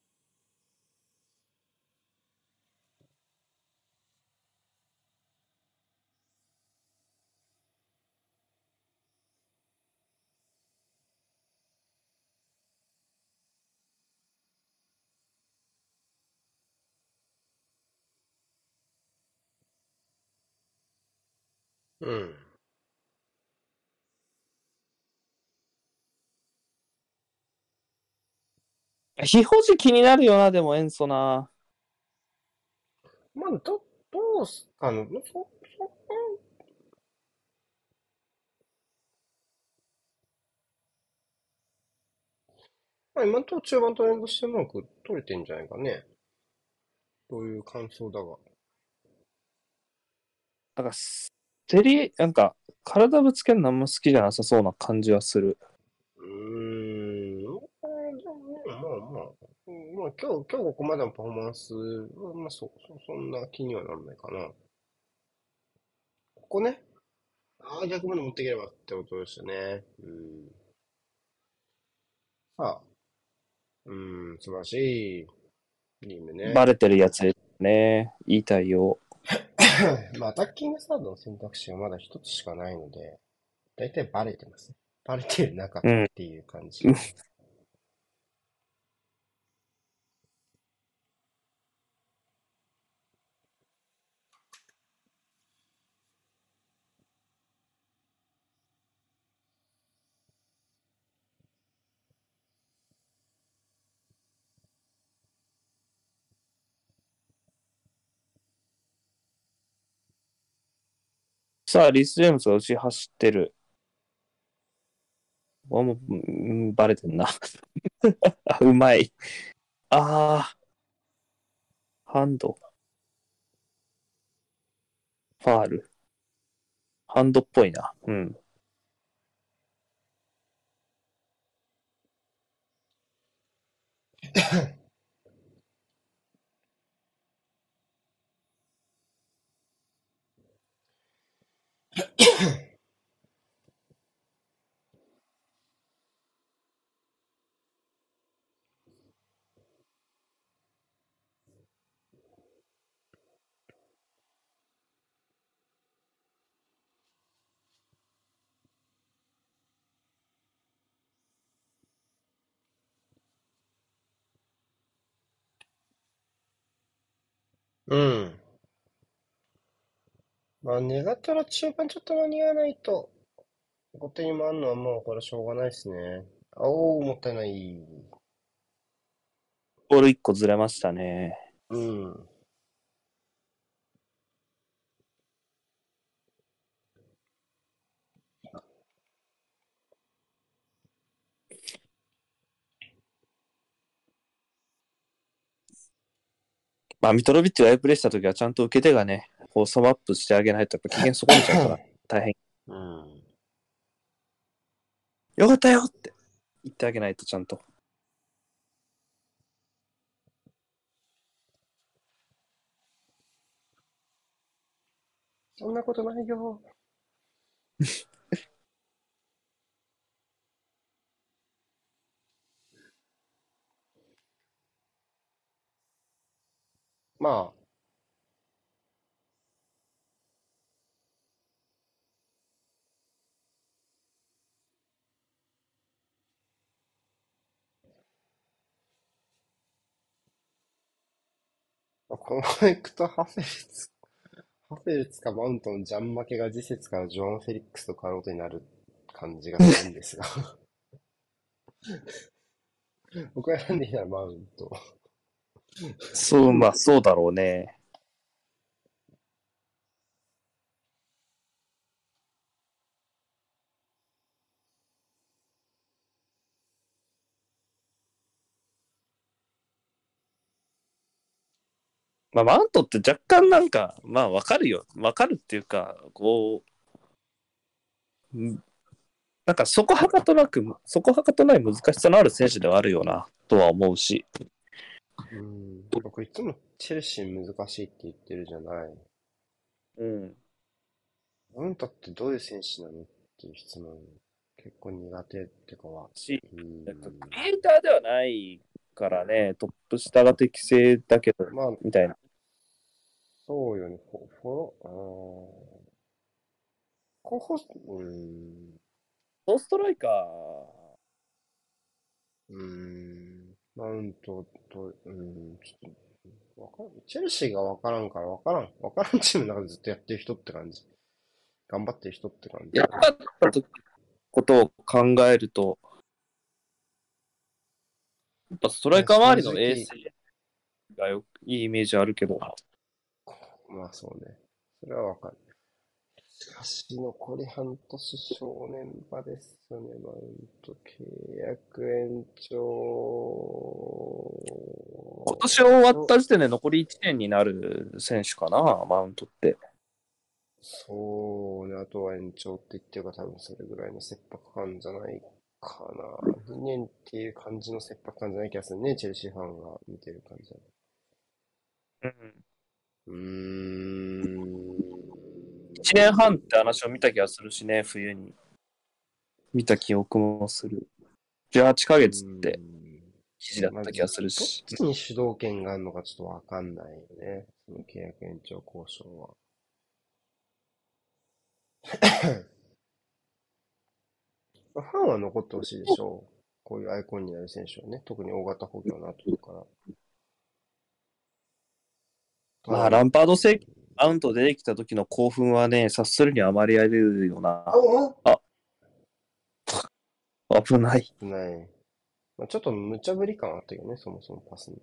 うん。 非保持気になるよな、でも演奏な。 まあ、どうすかね。まあ、今のところ中盤と連動してうまく取れてんじゃないかね。という感想だが。 なんか、なんか、体ぶつけるのあんま好きじゃなさそうな感じはする。 でもね、まあまあ、まあ今日ここまでのパフォーマンスは、まあそんな気にはならないかな。ここね、逆まで持っていければってことですよね。さあ、素晴らしいゲームね。 バレてるやつですね。いい対応。 まあ、アタッキングサードの選択肢がまだ一つしかないので、だいたいバレてますね。バレてなかっうん。 たっていう感じ。 さあ、リス・ジェームズが内走ってる。もう、バレてんな。あ、うまい。あハンド、ファール。ハンドっぽいな。うん。 うん。まあ、願ったら中盤ちょっと間に合わないと、後手に回るのはもうこれしょうがないですね。もったいない。 ボール1個ずれましたね。 うん。 まあ、ミトロビッチがライプレイしたときはちゃんと受け手がね、こうサムアップしてあげないと、やっぱ危険損ねちゃうから大変。 うん。 よかったよって言ってあげないとちゃんと。 そんなことないよ。まあ、このまま行くとハフェルツかマウントのジャン負けが次節からジョアン・フェリックスと変わることになる感じがするんですが。僕が選んでいたらマウント。 そう、まあそうだろうね。まあマウントって若干なんか、まあわかるよ。わかるっていうか、こう、なんかそこはかとない難しさのある選手ではあるよな、とは思うし。 僕いつもチェルシー難しいって言ってるじゃない。 うん。 マウントってどういう選手なのっていう質問結構苦手ってかは。うークん。 リエイターではないからね、トップ下が適正だけど、 まあ、 みたいな。 そうよね。候補、 トーストライカー、 マウントと、ちょっと、わかんチェルシーがわからんからわからんチームの中でずっとやってる人って感じ。頑張ってる人って感じ。 やっぱったことを考えると、やっぱストライカー正周りのエース直、 がいいイメージあるけど、 まあそうね。それはわかる。しかし、残り半年正念場ですよね、マウント。契約延今年終わっ長。 た時点で残り1年になる選手かな、マウントって。 そうね、あとは延長って言ってるから多分それぐらいの切迫感じゃないかな。2年っていう感じの切迫感じゃない気がするね、チェルシーファンが見てる感じだと。 うん。 うーん。 1年半って話を見た気がするしね、冬に。見た記憶もする。18ヶうー月ってん。 記事だっまあ、 た気がするどっし。 ちに主導権があるのかちょっとわかんないよね。その契約延長交渉は。まあファンは残ってほしいでしょう。こういうアイコンになる選手はね。特に大型補強の後だから。ただ、 まあ、ランパード正規マウント出てきた時の興奮はね、察するにあまりあるよな。 おあ、危ない。 危ない。まあ、ちょっと無茶ぶり感あったよね、そもそもパスに。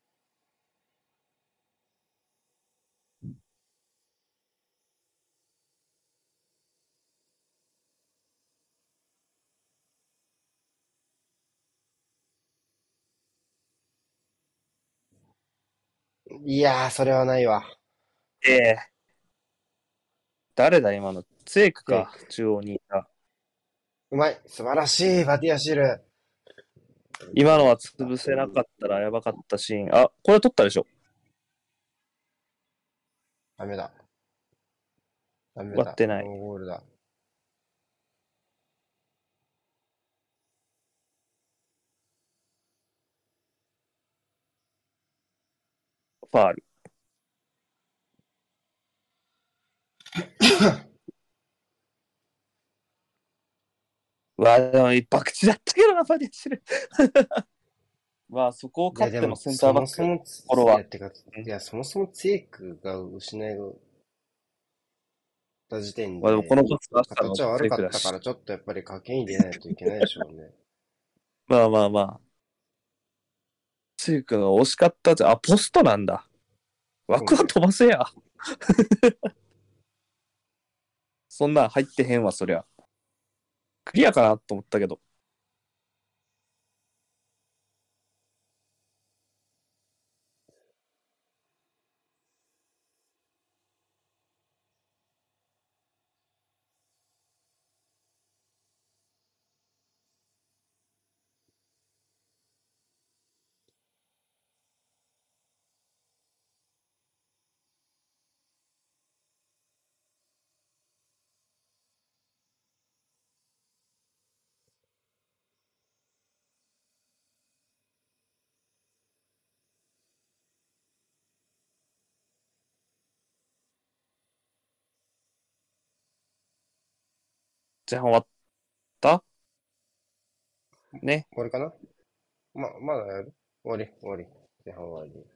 いやー、それはないわ。 ええ、誰だ今の。ツェイクか、 テイク。 中央にいた。 うまい。素晴らしい、バティアシル。 今のは潰せなかったらやばかったシーン。あ、これ取ったでしょ。 ダメだ。ダメだ。 割ってない。 ノーゴールだ。 ファール。うわ、でも一泊地だったけどな、パディシル。まあ、そこをいや、 勝ってのでも、 センターバックのとそもそもころは。 てか、 うん、 いや、そもそもツェイクが失いた時点まあ、でもこで、 のパス出したのも形は悪ツェイクだし。 かったから、ちょっとやっぱり賭けに出ないといけないでしょうね。 まあまあまあ。ツェイクが惜しかったぜ。あ、ポストなんだ。枠はそうね。 飛ばせや。そんなん入ってへんわ、そりゃ。クリアかなと思ったけど。 前半終わったね。 終わりかな。まだやる。終わり。前半終わり。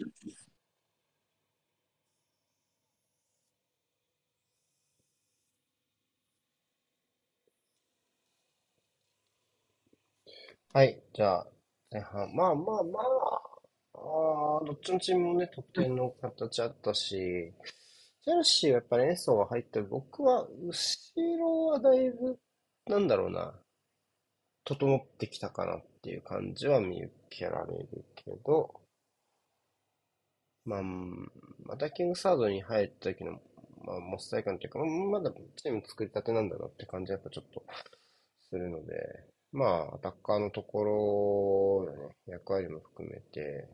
はい、じゃあ、前半。どっちのチームもね、得点の形あったし、チェルシーはやっぱり演奏が入ってる。僕は、後ろはだいぶ、なんだろうな、整ってきたかなっていう感じは見受けられるけど、まあ、またキングサードに入った時の、モスタイ感というか、まだチーム作りたてなんだなって感じはやっぱちょっとするので、アタッカーのところのね、役割も含めて、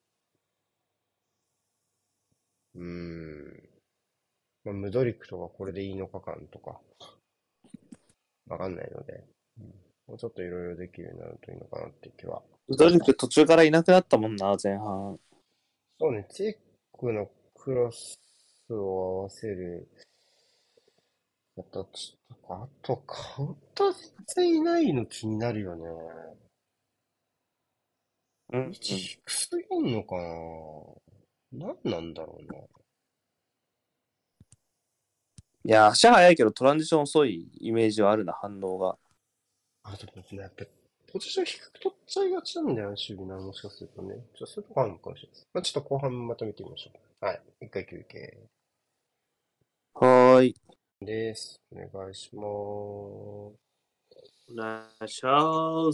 うーん、ムドリックとかこれでいいのか感とか、わかんないので、もうちょっといろいろできるようになるといいのかなって気は。 ウドリク途中からいなくなったもんな、前半。 そうね、チェックのクロスを合わせる形とか、あとカウンター全然いないの気になるよね。 うん、 位置低すぎんのかな。何なんだろうな。 いや、足速いけどトランジション遅いイメージはあるな、反応が。 でもね、やっぱポジション低く取っちゃいがちなんだよね、守備な、もしかするとね。そういうとこあるのかもしれないです。ちょっと後半また見てみましょう。はい。一回休憩はーい。 です。お願いします。 お願いします。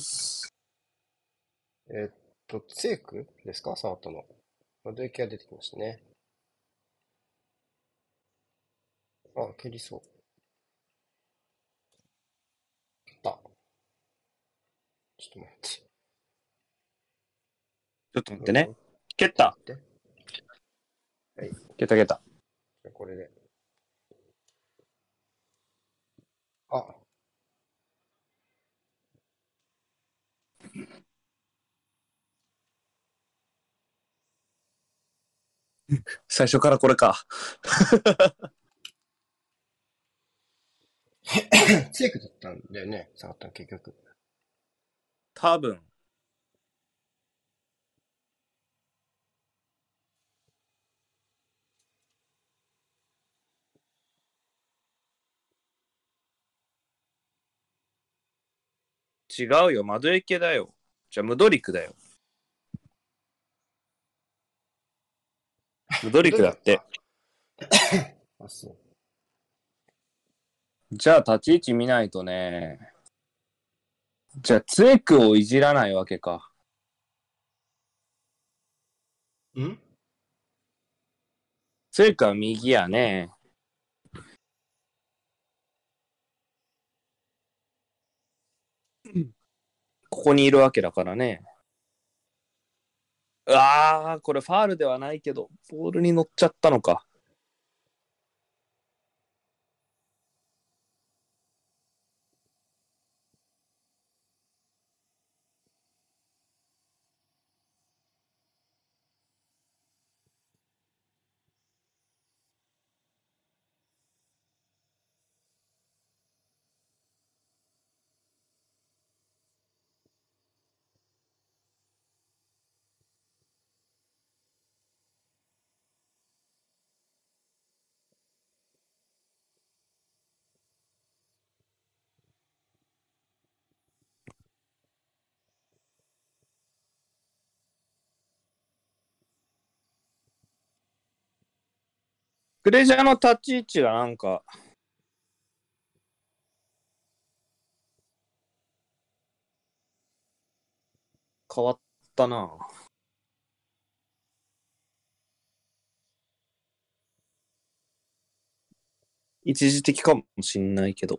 ツェークですか触ったの。ドイケが出てきましたね。蹴りそう。蹴った。ちょっと待って。 ちょっと待ってね。蹴った。 待って。はい。 蹴った蹴った。 じゃあこれで。あ、 最初からこれか。 ツェークだったんだよね。触ったの結局。 多分。違うよ、マドエケだよ。じゃあ、ムドリクだよ。ムドリクだって。 そう。 じゃあ、立ち位置見ないとね。じゃあ、ツエクをいじらないわけか。 んツエクは右やね。ここにいるわけだからね。これファールではないけど、ボールに乗っちゃったのか。クレジャーの立ち位置がなんか変わったな。一時的かもしんないけど。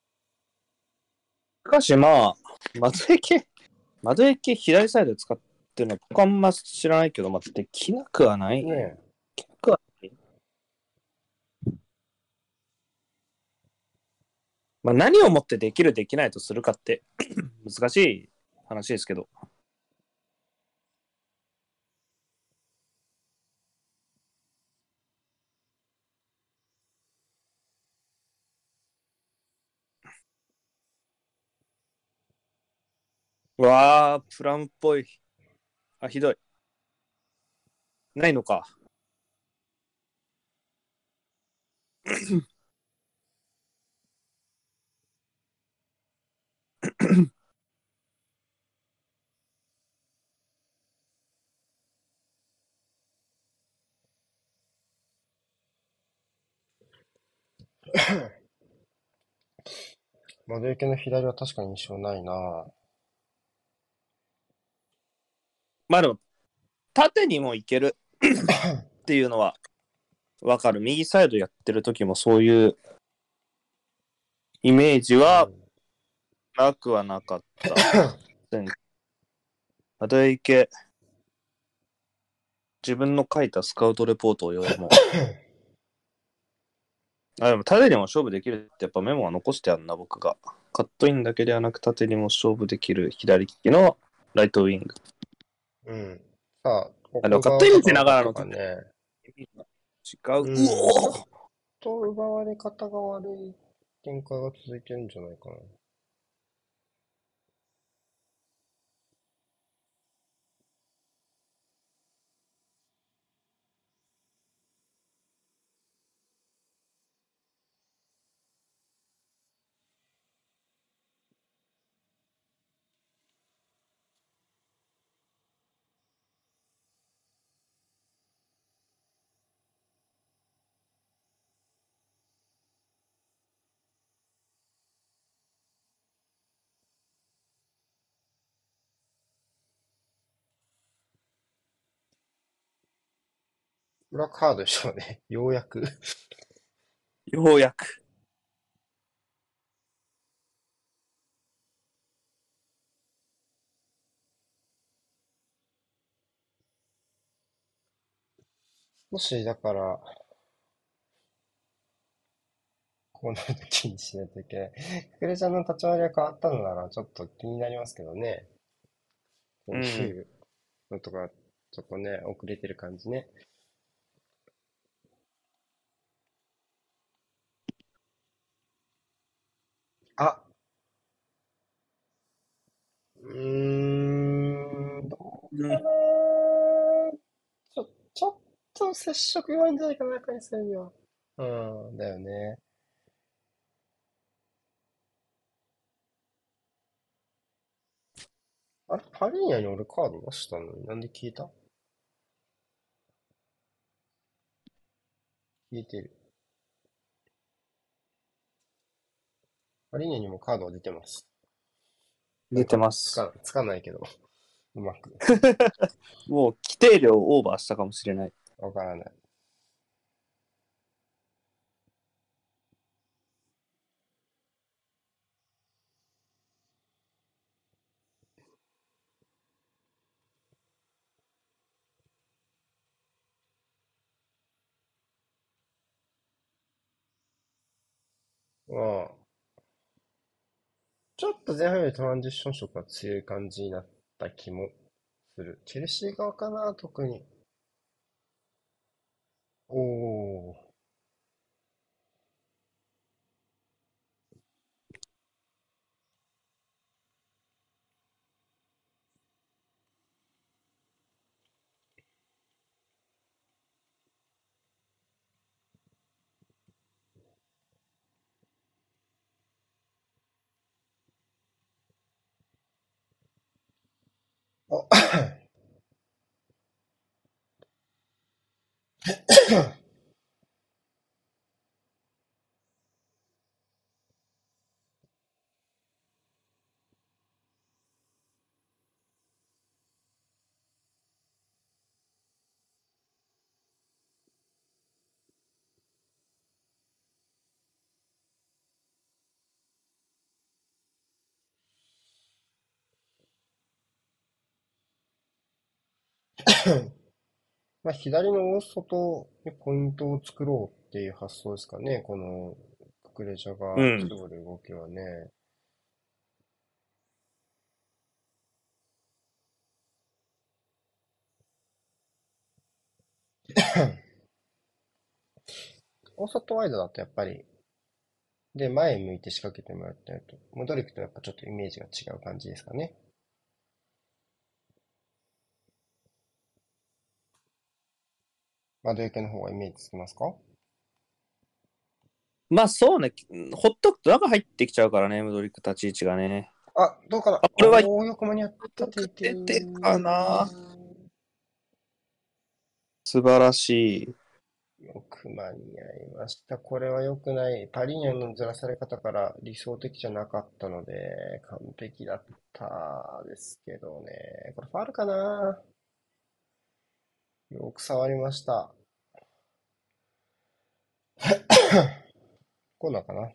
しかしまあ、マドエケ左サイド使っっていうのは僕あんま知らないけど、まあ、できなくはない。 ねできなくはない。まあ、何をもってできる、できないとするかって難しい話ですけど。うわー、プラムっぽい。あ、ひどい。ないのか。 窓池の左は確かに印象ないな。 まあでも、縦にもいけるっていうのはわかる。右サイドやってる時もそういうイメージはうん。 なくはなかった。窓池、自分の書いたスカウトレポートを読もう。あ、でも縦にも勝負できるってやっぱメモは残してあるな、僕が。カットインだけではなく縦にも勝負できる左利きのライトウィング。 うん。さあ、 あ、でも奥カットイン側とか赤しながらのとかね。 違う。ううん。ちょっおーと奪われ方が悪い展開が続いてるんじゃないかな。これはカードでしょうね。ようやく。 ようやく。 もし、だから、こうなると気にしないといけない。ククレちゃんの立ち回りが変わったのなら、ちょっと気になりますけどね。こういうん。 うのとか、ちょっとね、遅れてる感じね。あ、どうかな。 うん。 ちょっと接触弱いんじゃないかな、回数には。うん、だよね。あれ、パリーニャに俺カード出したのになんで消えた？消えてる。パリーニャにもカードは出てます。な出てんか、 ます。 つかないけど、うまく。 もう規定量オーバーしたかもしれない。 わからない。まあ、ちょっと前半よりトランジッション色が強い感じになった気もする。チェルシー側かな、特に。おー。あ、 まあ、左の大外にポイントを作ろうっていう発想ですかね。このククレジャがうん。 絞る動きはね。大外ワイドだとやっぱり、で、前向いて仕掛けてもらってると、モドリックとやっぱちょっとイメージが違う感じですかね。窓受けの方がイメージつきますか？ まあそうね。ほっとくと中入ってきちゃうからね、ムドリック立ち位置がね。 あ、どうかな。 あ、これはよおー、よく間に合った、ていてく出てかい。 な。素晴らしい。 よく間に合いました。これは良くない。パリーニャのずらされ方から理想的じゃなかったので、完璧だったですけどね。これファウルかな。よく触りました。コーナーかな。うん。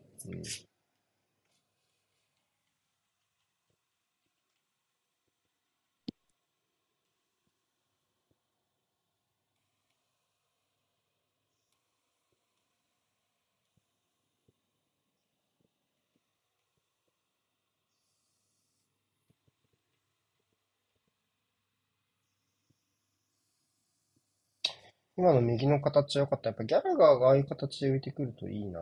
今の右の形は良かった。やっぱギャラガーがああいう形で浮いてくるといいな。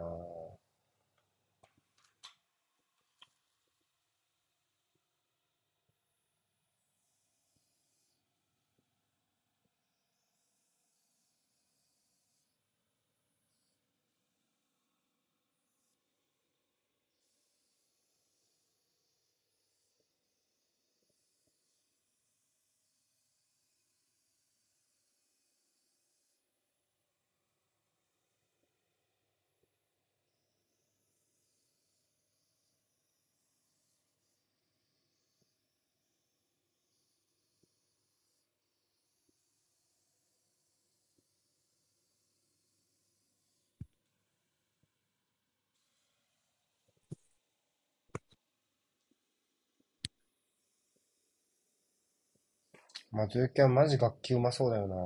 まあ、ズーキはマジ楽器うまそうだよな。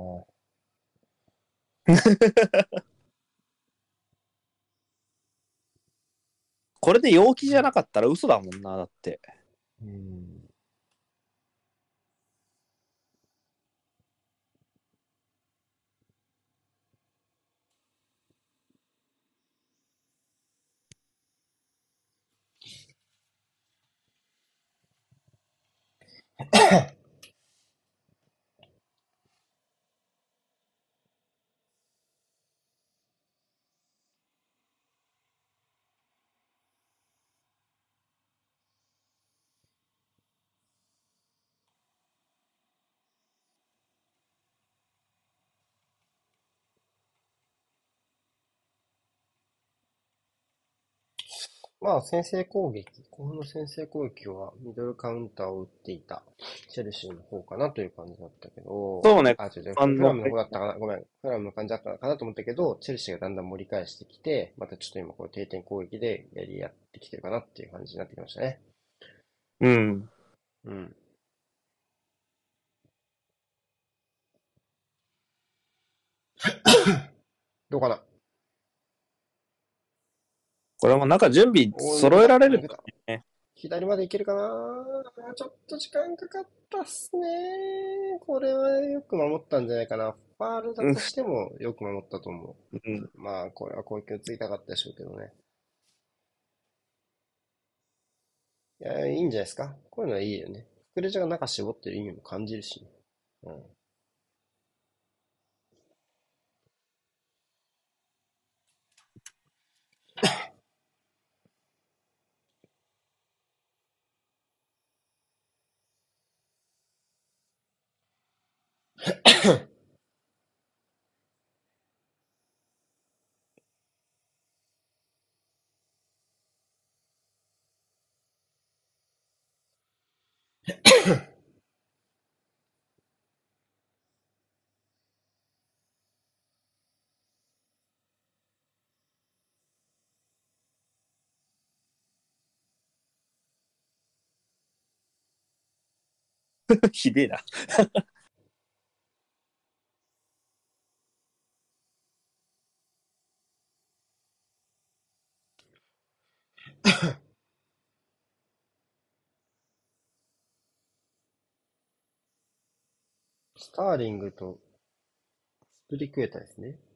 これで陽気じゃなかったら嘘だもんな、だって。 うん。まあ、先制攻撃、後半の先制攻撃はミドルカウンターを打っていたチェルシーの方かなという感じだったけど、 そうね。 あ、違う違う、 あの、 フラムの方だったかな、ごめん、フラムの感じだったかなと思ったけど、チェルシーがだんだん盛り返してきて、またちょっと今こう定点攻撃でやり合ってきてるかなっていう感じになってきましたね。 うん。 うん。どうかな。 これもなんか準備おー、抜けた、 揃えられると抜けた。 ね。 左まで行けるかな。ちょっと時間かかったっすね。これはよく守ったんじゃないかな。ファールだうん。 としてもよく守ったと思うん。 う。まあ、これは攻撃をついたかったでしょうけどね。いや、いいんじゃないですか。こういうのはいいよね。ククレジャが中絞ってる意味も感じるしね。うん。 ひでえな。 スターリングとスプリクエタですね。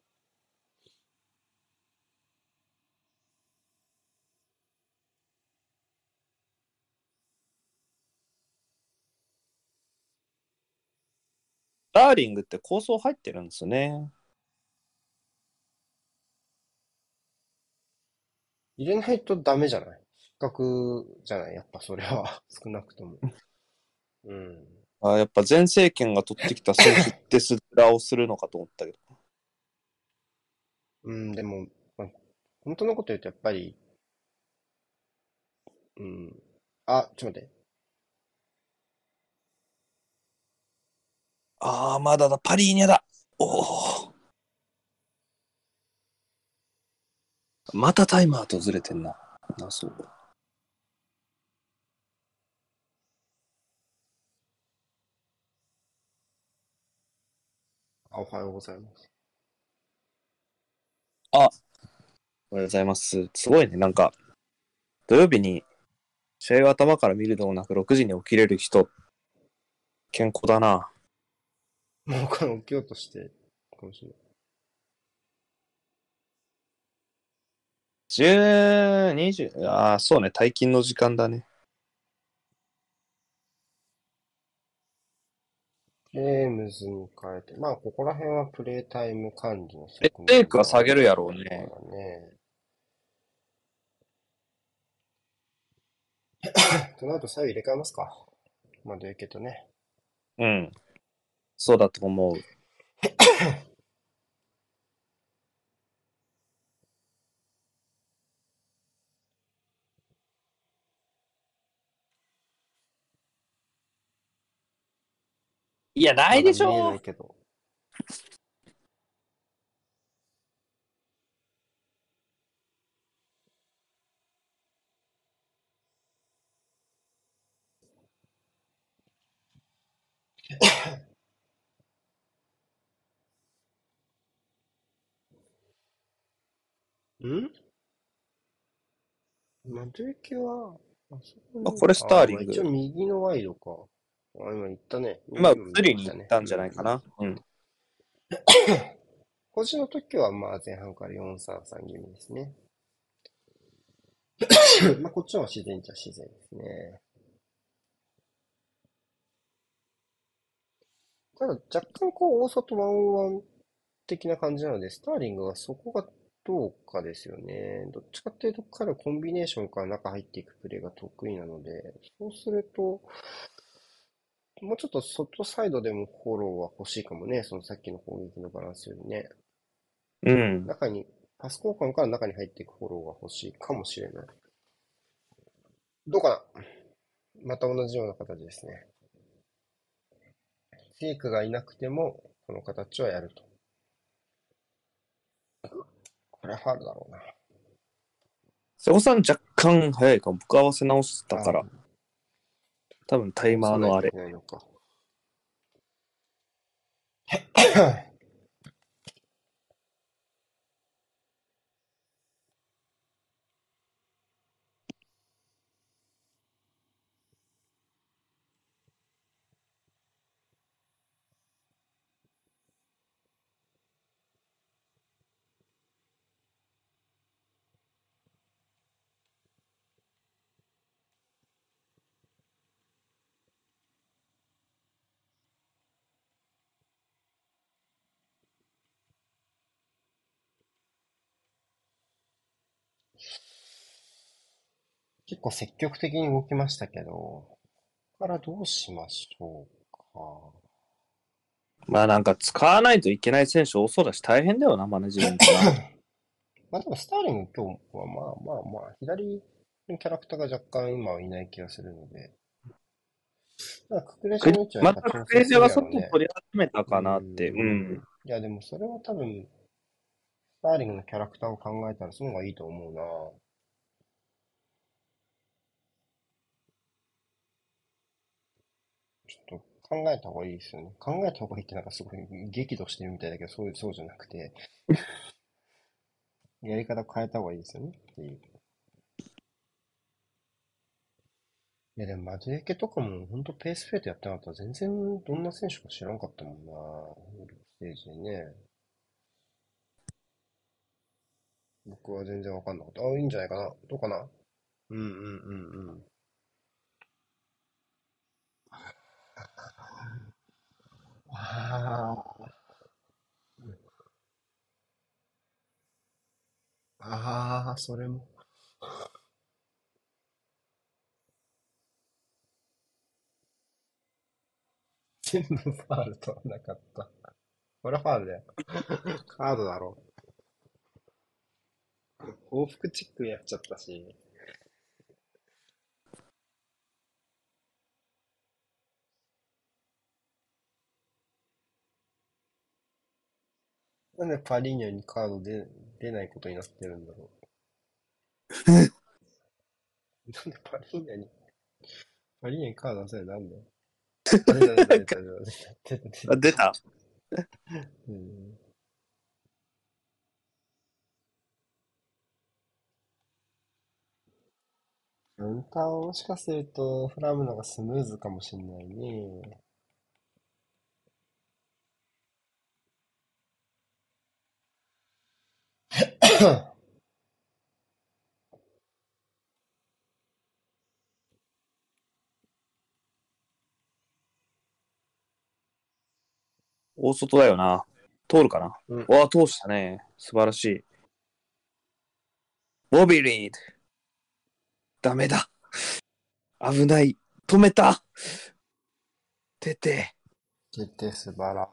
ダーリングって構想入ってるんですよね。 入れないとダメじゃない？失格じゃない？やっぱそれは少なくとも。うん。 やっぱ前政権が取ってきた選手ってスラをするのかと思ったけど。 うん、でも、まあ、本当のこと言うとやっぱり、うん。あ、ちょっと待って。 まだだ、パリーニャだ。おお。またタイマーとずれてんな。そう。 あ、おはようございます。 あ、おはようございます。すごいね。なんか、土曜日に試合を頭から見るでもなく6時に起きれる人、健康だな。 もうこれ起きようとして、かもしれない。 10、20、そうね。退勤の時間だね。 ゲームズに変えて、まあ、ここら辺はプレイタイム管理の側テイ面もあるクは下げるやでしょうかろうね。 らね。となると、左右入れ替えますか。まあ、でけどね。 うん。そうだと思う。いや、ないでしまだ見えなょいけど。んマドゥケは、あそこに、 これスターリまあ一応ング。 右のワイドか。今言ったね。 今、 今移りに右来たね。 行ったんじゃないかうん。 な。うん。 星の時はまあ前半から4-3-3気味ですね。まあこっちの方が自然っちゃ自然ですね。ただ若干こう大外ワンワン的な感じなので、スターリングはそこがどうかですよね。どっちかっていうと彼はコンビネーションから中入っていくプレーが得意なので、そうすると、もうちょっと外サイドでもフォローは欲しいかもね。そのさっきの攻撃のバランスよりね。 うん。 中に、パス交換から中に入っていくフォローが欲しいかもしれない。どうかな？また同じような形ですね。フェイクがいなくても、この形はやると。これはファウルだろうな。 瀬尾さん若干早いかも。僕合わせ直したああ、 から。多分タイ直さないといマーのあれ。 けないのか。結構積極的に動きましたけど、ここからどうしましょうか。 まあなんか使わないといけない選手多そうだし大変だよな、マネジメントな。 まあでもスターリング今日は左のキャラクターが若干今はいない気がするので、ククレジャの位置はやっまぱたクレージャ調整するが外やろうね。 取り始めたうーかなって。うん。 ん。いやでもそれは多分、スターリングのキャラクターを考えたらその方がいいと思うな。ちょっと考えた方がいいですよね。考えた方がいいってなんかすごい激怒してるみたいだけど、そうじゃなくて、やり方変えた方がいいですよねっていう。 いやでもマドゥエケとかもほんとペースフェイトやってなかったら全然どんな選手か知らんかったもんな。グループステージでね。僕は全然わかんなかった。あ、いいんじゃないかな。どうかな。うんうんうんうん。ああ、ああ、それも。全部ファールとはなかった。これはファールだよ。カードだろ。報復チックやっちゃったし。なんでパリーニャにカード出ないことになってるんだろう。なんでパリーニャにカード出せないなんだよ。あ、出た出た出た出た出た出た出あ、出た。 た。うん。カウンターをもしかするとフラムのがスムーズかもしんないね。 大外だよな。通るかな。 うん。 わあ、通したね。素晴らしい。ボビーリード。ダメだ。危ない。止めた。出て。 決定素晴ら。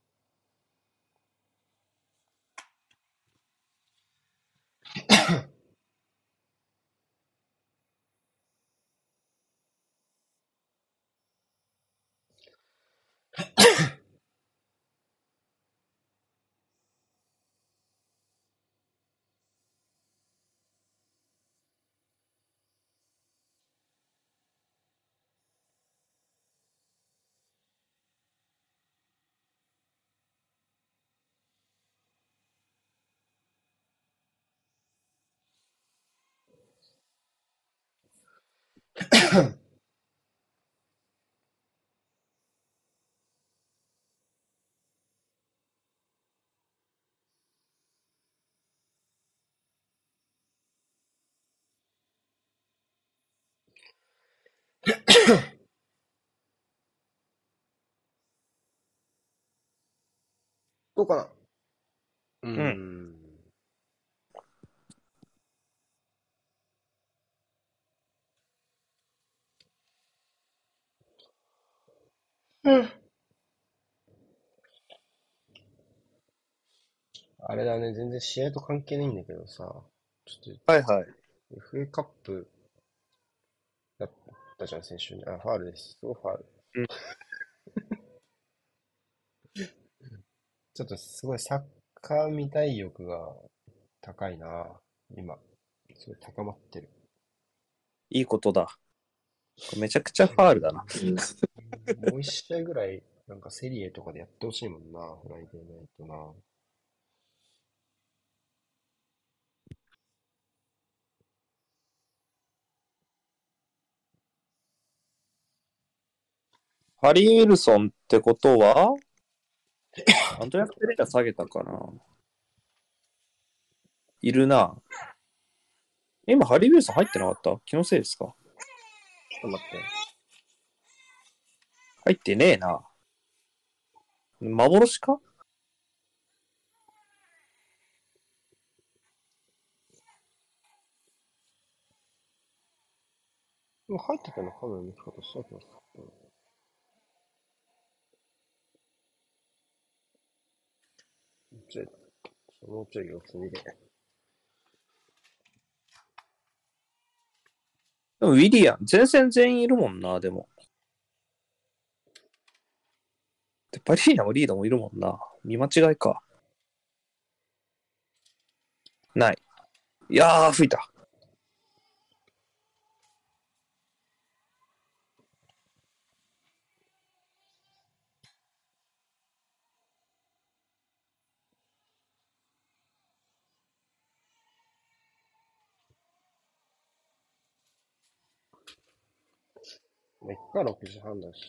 どうかな。うーうん。 ん。うん。あれだね、全然試合と関係ないんだけどさ、ちょっはいはい。 と FA カップだったじゃん、先週に。あ、ファールです。すごいファール。 うん。 ちょっとすごいサッカー見たい欲が高いな、今。すごい高まってる。 いいことだ。めちゃくちゃファールだな。 もう一試合ぐらい、なんかセリエとかでやってほしいもんな、フライデーナイトな。 ハリー・ウィルソンってことは、アントニア・ペレイラ下げたかな。いるな。今、ハリー・ウィルソン入ってなかった？気のせいですか？ ちょっと待って。 入ってねえな。幻か？ もう入ってたのカメラの見方したけどさ。ちょい、もうちょい様子見で。 でも、ウィリアン、前線全員いるもんな、でも。でパリーナもリードもいるもんな。見間違いか。ない。いやー、吹いた。 まあ、行くか、6時半だし。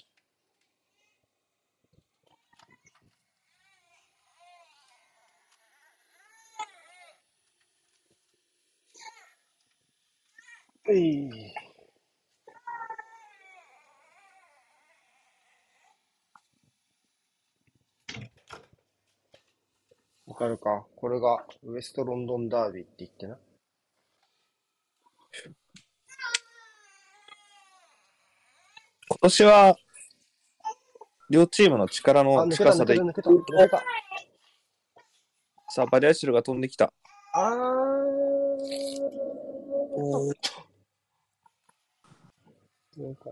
えい。わかるか？これがウエストロンドンダービーって言ってな。 今年は両チームの力あ、 の抜けた、抜けた、 近さで、 抜けた、抜けた。 さあ、バリアシルが飛んできた。 あおーなんか、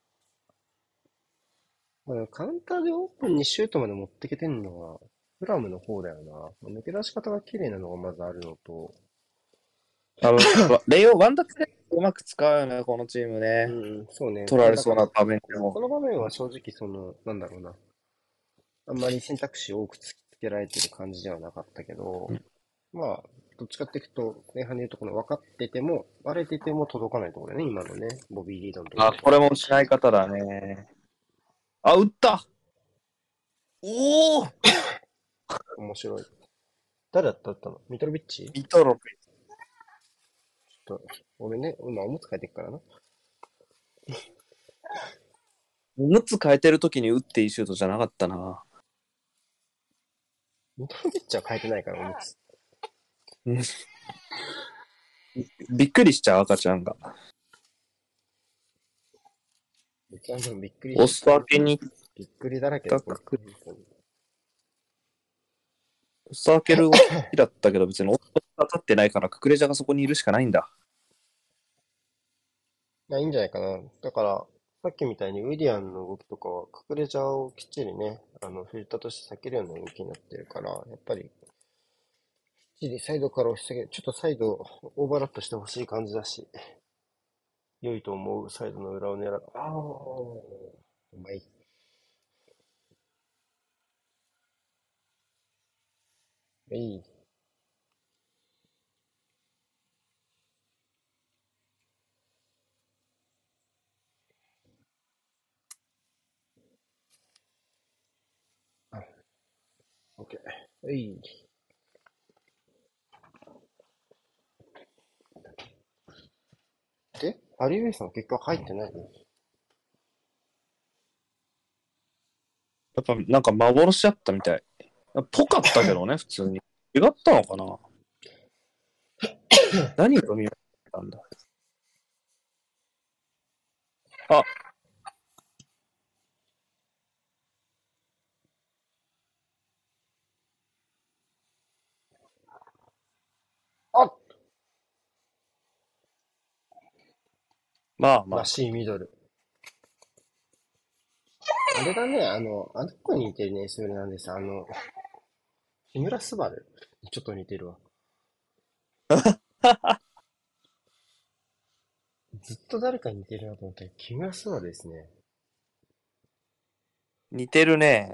まあカウンターでオープンにシュートまで持ってけてんのは、フラムの方だよな。抜け出し方が綺麗なのがまずあるのと、 多分レイオ、ワンダックでうまく使うよね、このチームね。 うん、そうね。 取られだから、 そうな場面でも。 この場面は正直なんだろうな。あんまり選択肢を多くつけられてる感じではなかったけど、まあ、どっちかっていくと、前半で言うとこの分かってても、バレてても届かないところだね、今のね、ボビー・リードのとこあ、 ろ。 これも失い方だね。あ、打ったおお面白い。誰だったの？ミトロビッチ？ ミトロフちょっと、俺ね、今おむつ替えてっからな。 ィ。6つ変えてる時に打っていいシュートじゃなかったな。 ミトロビッチは変えてないから、おむつ。 うん、びっくりしちゃう、赤ちゃんが。 別にでもびっくりおして裾分けに行っびっくりだらけで、 たこれ。 お裾分ける動きだったけど、別にお裾が立ってないから、ククレジャがそこにいるしかないんだ。 いや、いいんじゃないかな。だから、さっきみたいにウィリアンの動きとかは、隠れジャーをきっちりね、フィルターとして避けるような動きになってるから、やっぱり、きっちりサイドから押し下げる。ちょっとサイド、オーバーラップしてほしい感じだし、良いと思うサイドの裏を狙う。ああ、うまい。いい。あ、オッケー。いい。で、ハリー・ウィルソン結局入ってないの？ やっぱ、なんか幻だったみたい。ぽかったけどね、普通に。違ったのかな。何が見えたんだ。あ、 あ、 まあまらしいミドル。あれだね、あの子に似てるね、それなんです。木村昴。ちょっと似てるわ。 あ。 ずっと誰かに似てるなと思ったら、木村昴ですね。 似てるね。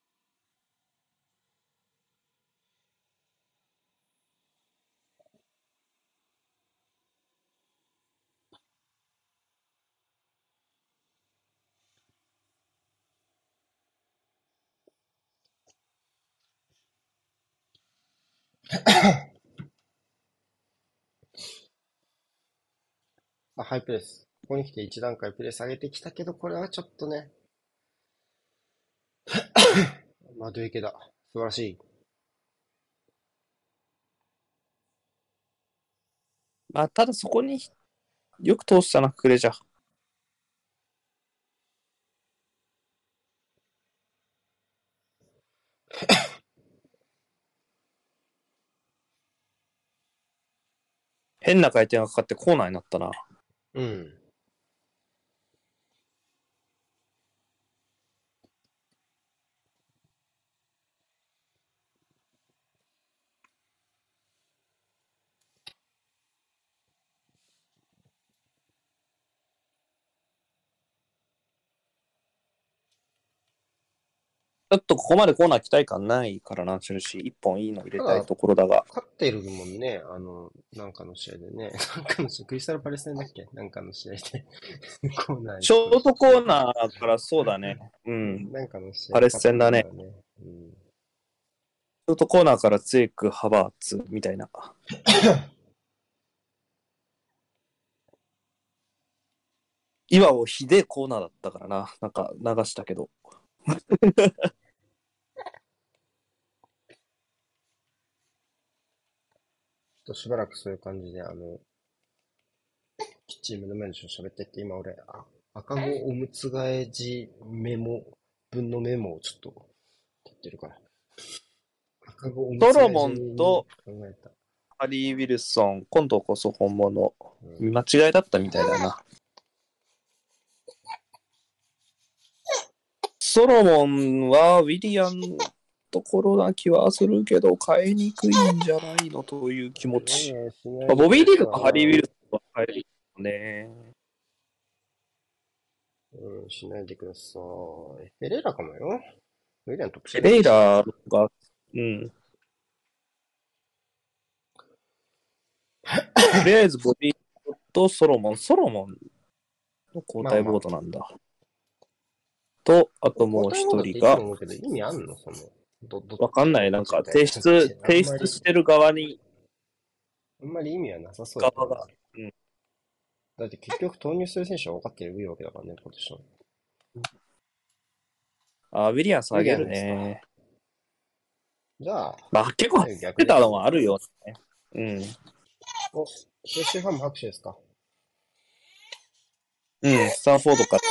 あ、ハイプレス。ここに来て一段階プレス上げてきたけど、これはちょっとね、マド池だ。素晴らしい。 まあ、ただそこによく通したな、ククレジャ。変な回転がかかってコーナーになったな。 うん。 ちょっとここまでコーナー期待感ないからな、チェルシー。一本いいの入れたいところだが。 勝ってるもんね、なんかの試合でね。なんかの試合、クリスタルパレス戦だっけなんかの試合でコーナーにショートコーナーからそうだね。うん。 なんかの試合パレス戦だね。 うん、 ショートコーナーからツエク、ハバーツみたいな。岩尾ひでコーナーだったからな。なんか流したけど。 しばらくそういう感じで、チームの前の人喋ってって、今俺、赤子おむつ替え時メモ、分のメモをちょっと取ってるから。赤子おむつ替え時ソロモンと考えた。 ハリー・ウィルソン、今度こそ本物。 うん、 見間違いだったみたいだな。ソロモンはウィリアンところな気はするけど、変えにくいんじゃないのという気持ち。ボビー・リーグとハリー・ウィルソンは変えるよね。 うん、しないでください。フェレイラかもよ。ウィリアントップペレイラが、うん。とりあえずボビーとソロモンの交代ボードなんだ。と、あともう一人が、 意味あんのわかんない。なんか提出してる側に、 あんまり意味はなさそうだけどな。 側が。うん。 だって結局投入する選手は分かってるわけだからね、今年の。 ウィリアンスあげるね。 じゃあ、 まあ結構走ってたのもあるよね。うん。 お、シェシーファンも拍手ですか？ うん、スタンフォードから。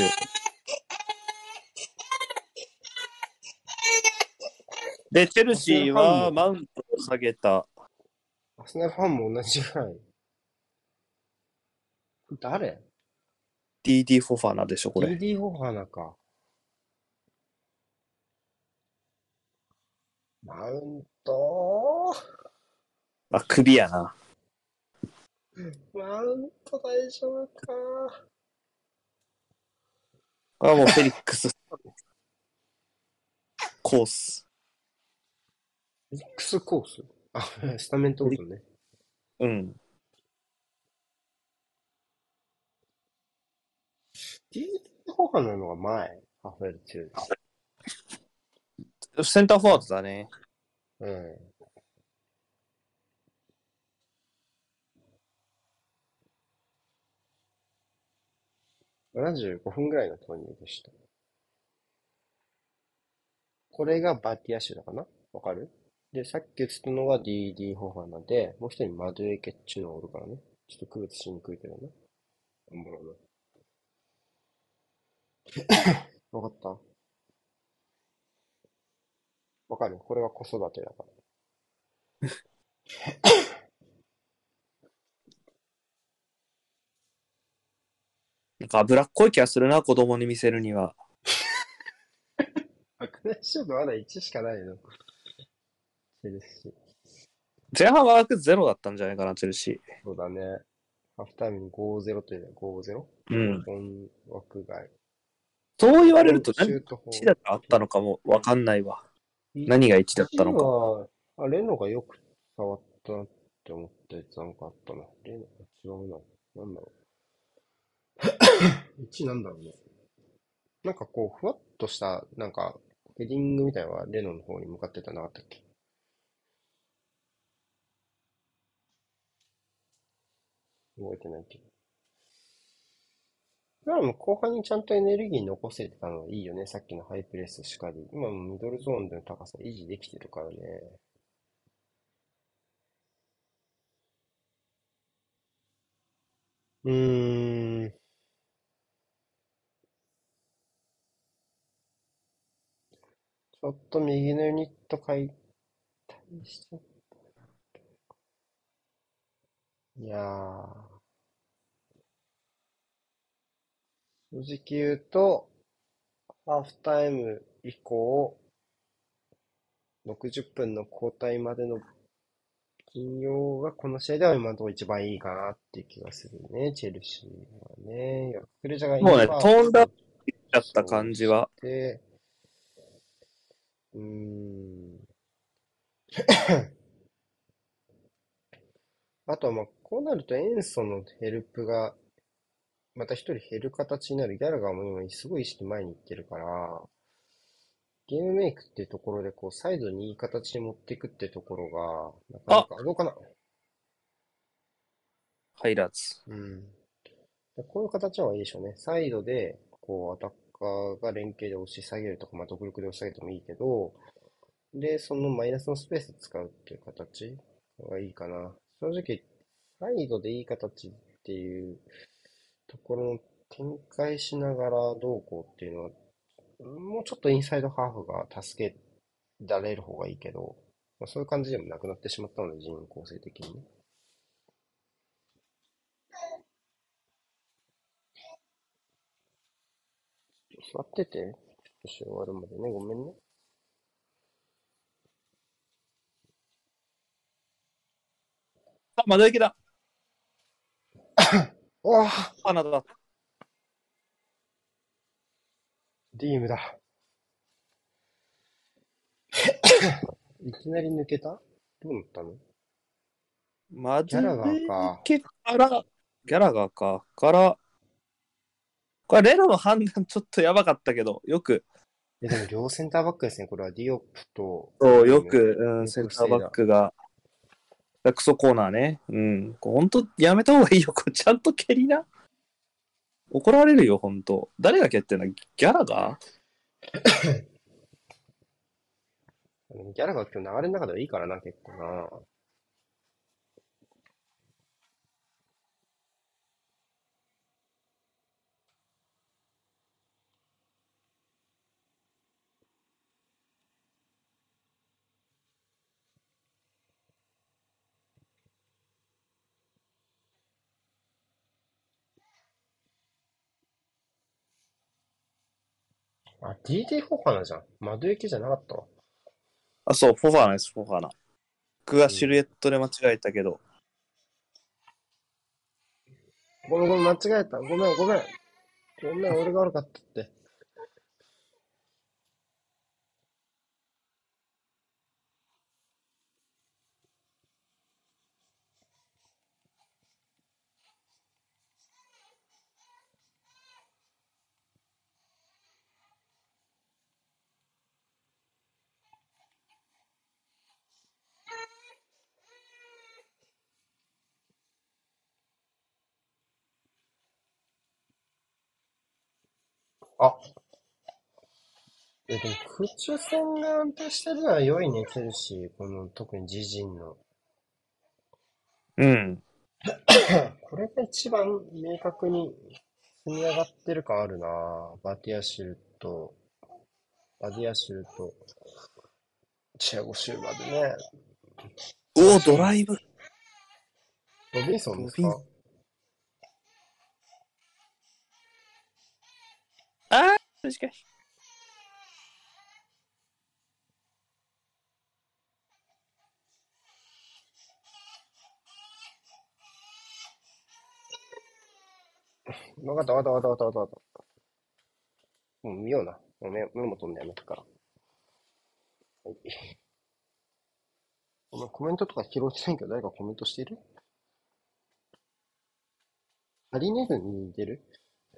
で、チェルシーはマウントを下げた。 アスナルファンも同じぐらい。誰？ DD フォファナでしょ、これ。 DD フォファナか。マウント首やな。 マウント大丈夫か。 もうフェリックス。コース。 フェリックスコース？スタメンってことね。 うん。 DD フォファナのが前。ハフェル強いです。 センターフォワードだね。 うん。75分ぐらいの投入でした。これがバティアシュだかな？わかる？で、さっき言ってたのが DD フォファナで、もう一人マドゥエケっちゅうのがおるからね。ちょっと区別しにくいけどね。おもろな。わかった？わかる？これは子育てだから。 なんか脂っこい気がするな、子供に見せるには。 白熱勝負まだ1しかないの。チェルシー。 前半は枠ゼロだったんじゃないかな、チェルシー。 そうだね。ハーフタイムに5-0という 5-0？ うん。 本枠外。 そう言われると何シュート 1だったあったのかもわかんないわ。何が1だったのか。 レノがよく触ったなって思ったやつなんかあったな。レノが違うな。なんだろう。1なんだろうね。なんかこう、ふわっとした、なんか、ヘディングみたいなのはレノの方に向かってたなかったっけ？覚えてないけど。でも後半にちゃんとエネルギー残せてたのはいいよね。さっきのハイプレスしかり。今もミドルゾーンでの高さ維持できてるからね。うーん。ちょっと右のユニット解体しちゃった。いやー。正直言うと、ハーフタイム以降、60分の交代までの金曜がこの試合では今のところ一番いいかなっていう気がするね、チェルシーはね。クレジャがインもうね、 バー飛んだっスちゃった感じは。 して、 うーん。あとはまあ、こうなると塩素のヘルプがまた一人減る形になる。ギャラガーも今すごい意識前に行ってるから、ゲームメイクっていうところでこう、サイドにいい形に持っていくってところが、なかなあ、 か、どうかな。 入らず。 うん。こういう形はいいでしょうね。サイドで、こう、アタッカーが連携で押し下げるとか、まあ、独力で押し下げてもいいけど、で、そのマイナスのスペース使うっていう形がいいかな。正直、サイドでいい形っていうところの展開しながらどうこうっていうのは、もうちょっとインサイドハーフが助けられる方がいいけど、まあ、そういう感じでもなくなってしまったので、人員構成的にね。座ってて、試合終わるまでね、ごめんね。 あ、まだ行けだ。 おぉあ、なんだ。 ディームだ。いきなり抜けたどうなったの？ マドギャラガーゥか。 ケから、ギャラガーか。から、これレナの判断ちょっとやばかったけど、よく、 でも両センターバックですね。これはディオップとそうディーム。 よく、 よセンターバッく防いだ。 クが、クソコーナーね。うん。ほんと、やめた方がいいよ。これちゃんと蹴りな。怒られるよ、ほんと。誰が蹴ってんの？ギャラガー？ ギャラガー今日流れの中ではいいからな、結構な。あ、DD フォファナじゃん。窓行きじゃなかったわ。 あ、そう、フォファナです、フォファナ。僕がうん。 シルエットで間違えたけど。 ごめんごめん、間違えた。ごめんごめん。ごめん、俺が悪かったって。あ、でも空中戦が安定してるのは良いね、チェルシー。この、特に自陣の。 うん。 これが一番明確に積み上がってる感あるな。バティアシュルと、バディアシュルと、チアゴシューバーでね。 おー、ドライブ。 ロビンソンですか？ ロビン。あー、短い。 わかったわかったわかったわかったわかった。もう見ような。もうメモ取んのやめてから。はい。お前コメントとか拾ってないけど誰かコメントしている？ハリネズミに似てる？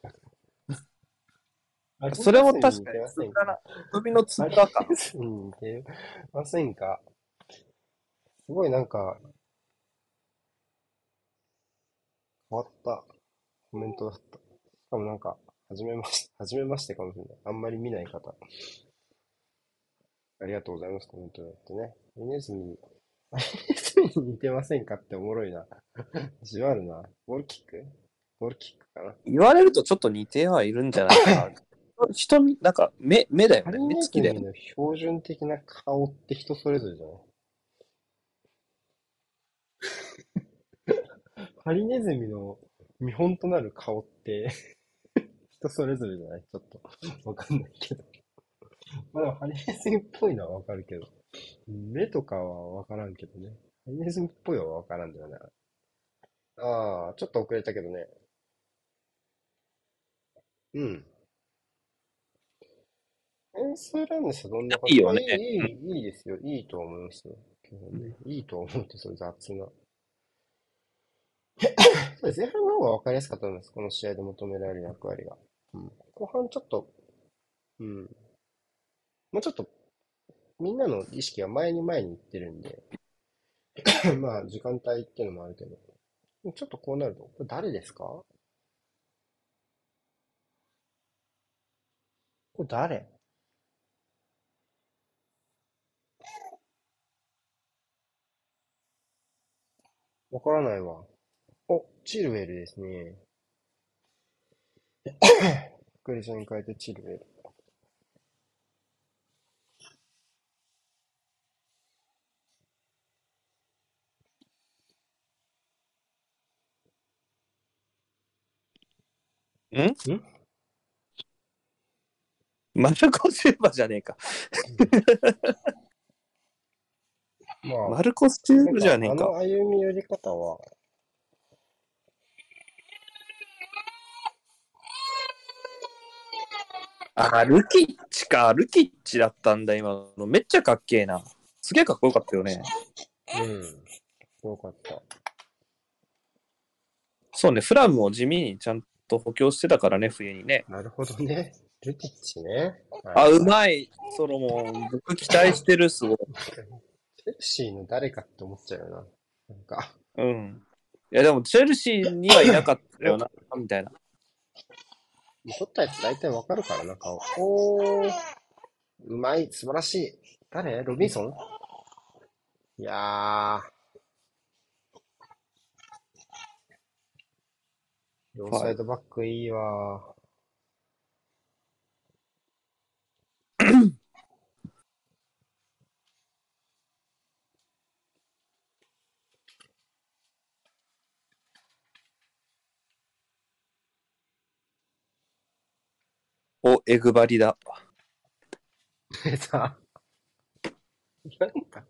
ハリそれネズミにも確かに、 似てませんか？ つぶらな。首のつハリぶら感。 ネズミに似てませんか？すごいなんか変わったコメントだった。しかもなんか、はじめましてかもしれない。あんまり見ない方。ありがとうございます、コメントだってね。ハリネズミ、ハリネズミに似てませんかっておもろいな。じわるな。ボールキックボールキックかな。 言われるとちょっと似てはいるんじゃないかな。人に、なんか、目だよね。 ハリネ目つきだよね。 ズミの標準的な顔って人それぞれじゃない？ハリネズミの見本となる顔って人それぞれじゃない？ちょっとわかんないけど。まあでもハリネズミっぽいのはわかるけど。目とかはわからんけどね。ハリネズミっぽいはわからんだよね。ああ、ちょっと遅れたけどね。うん。 エンスランですよ、どんな感じ。まあ、 いいよね。 いいですよ。いいと思いますよ。基本ね。いいと思うって、それ雑な。そうです。前半の方が分かりやすかったんです。この試合で求められる役割が。うん。後半ちょっと、うん。もうちょっと、みんなの意識が前に行ってるんで、まあ、時間帯っていうのもあるけど、ちょっとこうなると、これ誰ですか？これ誰？わからないわ。お、チルウェルですね。クリシャに変えてチルウェル。 んんマルコ・シューバじゃねえか。 まあ、 マルコ・スチューブじゃなんか、 ねえか。 あの歩み寄り方は、 あ、ルキッチか。ルキッチだったんだ、今の。めっちゃかっけえな。すげえかっこよかったよね。 うん、よかった。 そうね、フラムを地味にちゃんと補強してたからね、冬にね。 なるほどね。ルティッチね。はいあ、うはい。 まい、ソロモン。僕期待してる、すごい。 チェルシーの誰かって思っちゃうよな。なんか、 うん。いや、でも、チェルシーにはいなかったよお、 な、みたいな。 撮ったやつ大体わかるからな、顔。おー、うまい、素晴らしい。誰？ロビンソン？いやー、両はい。 サイドバックいいわお、エグバリだ。 ー。でさ、なんか、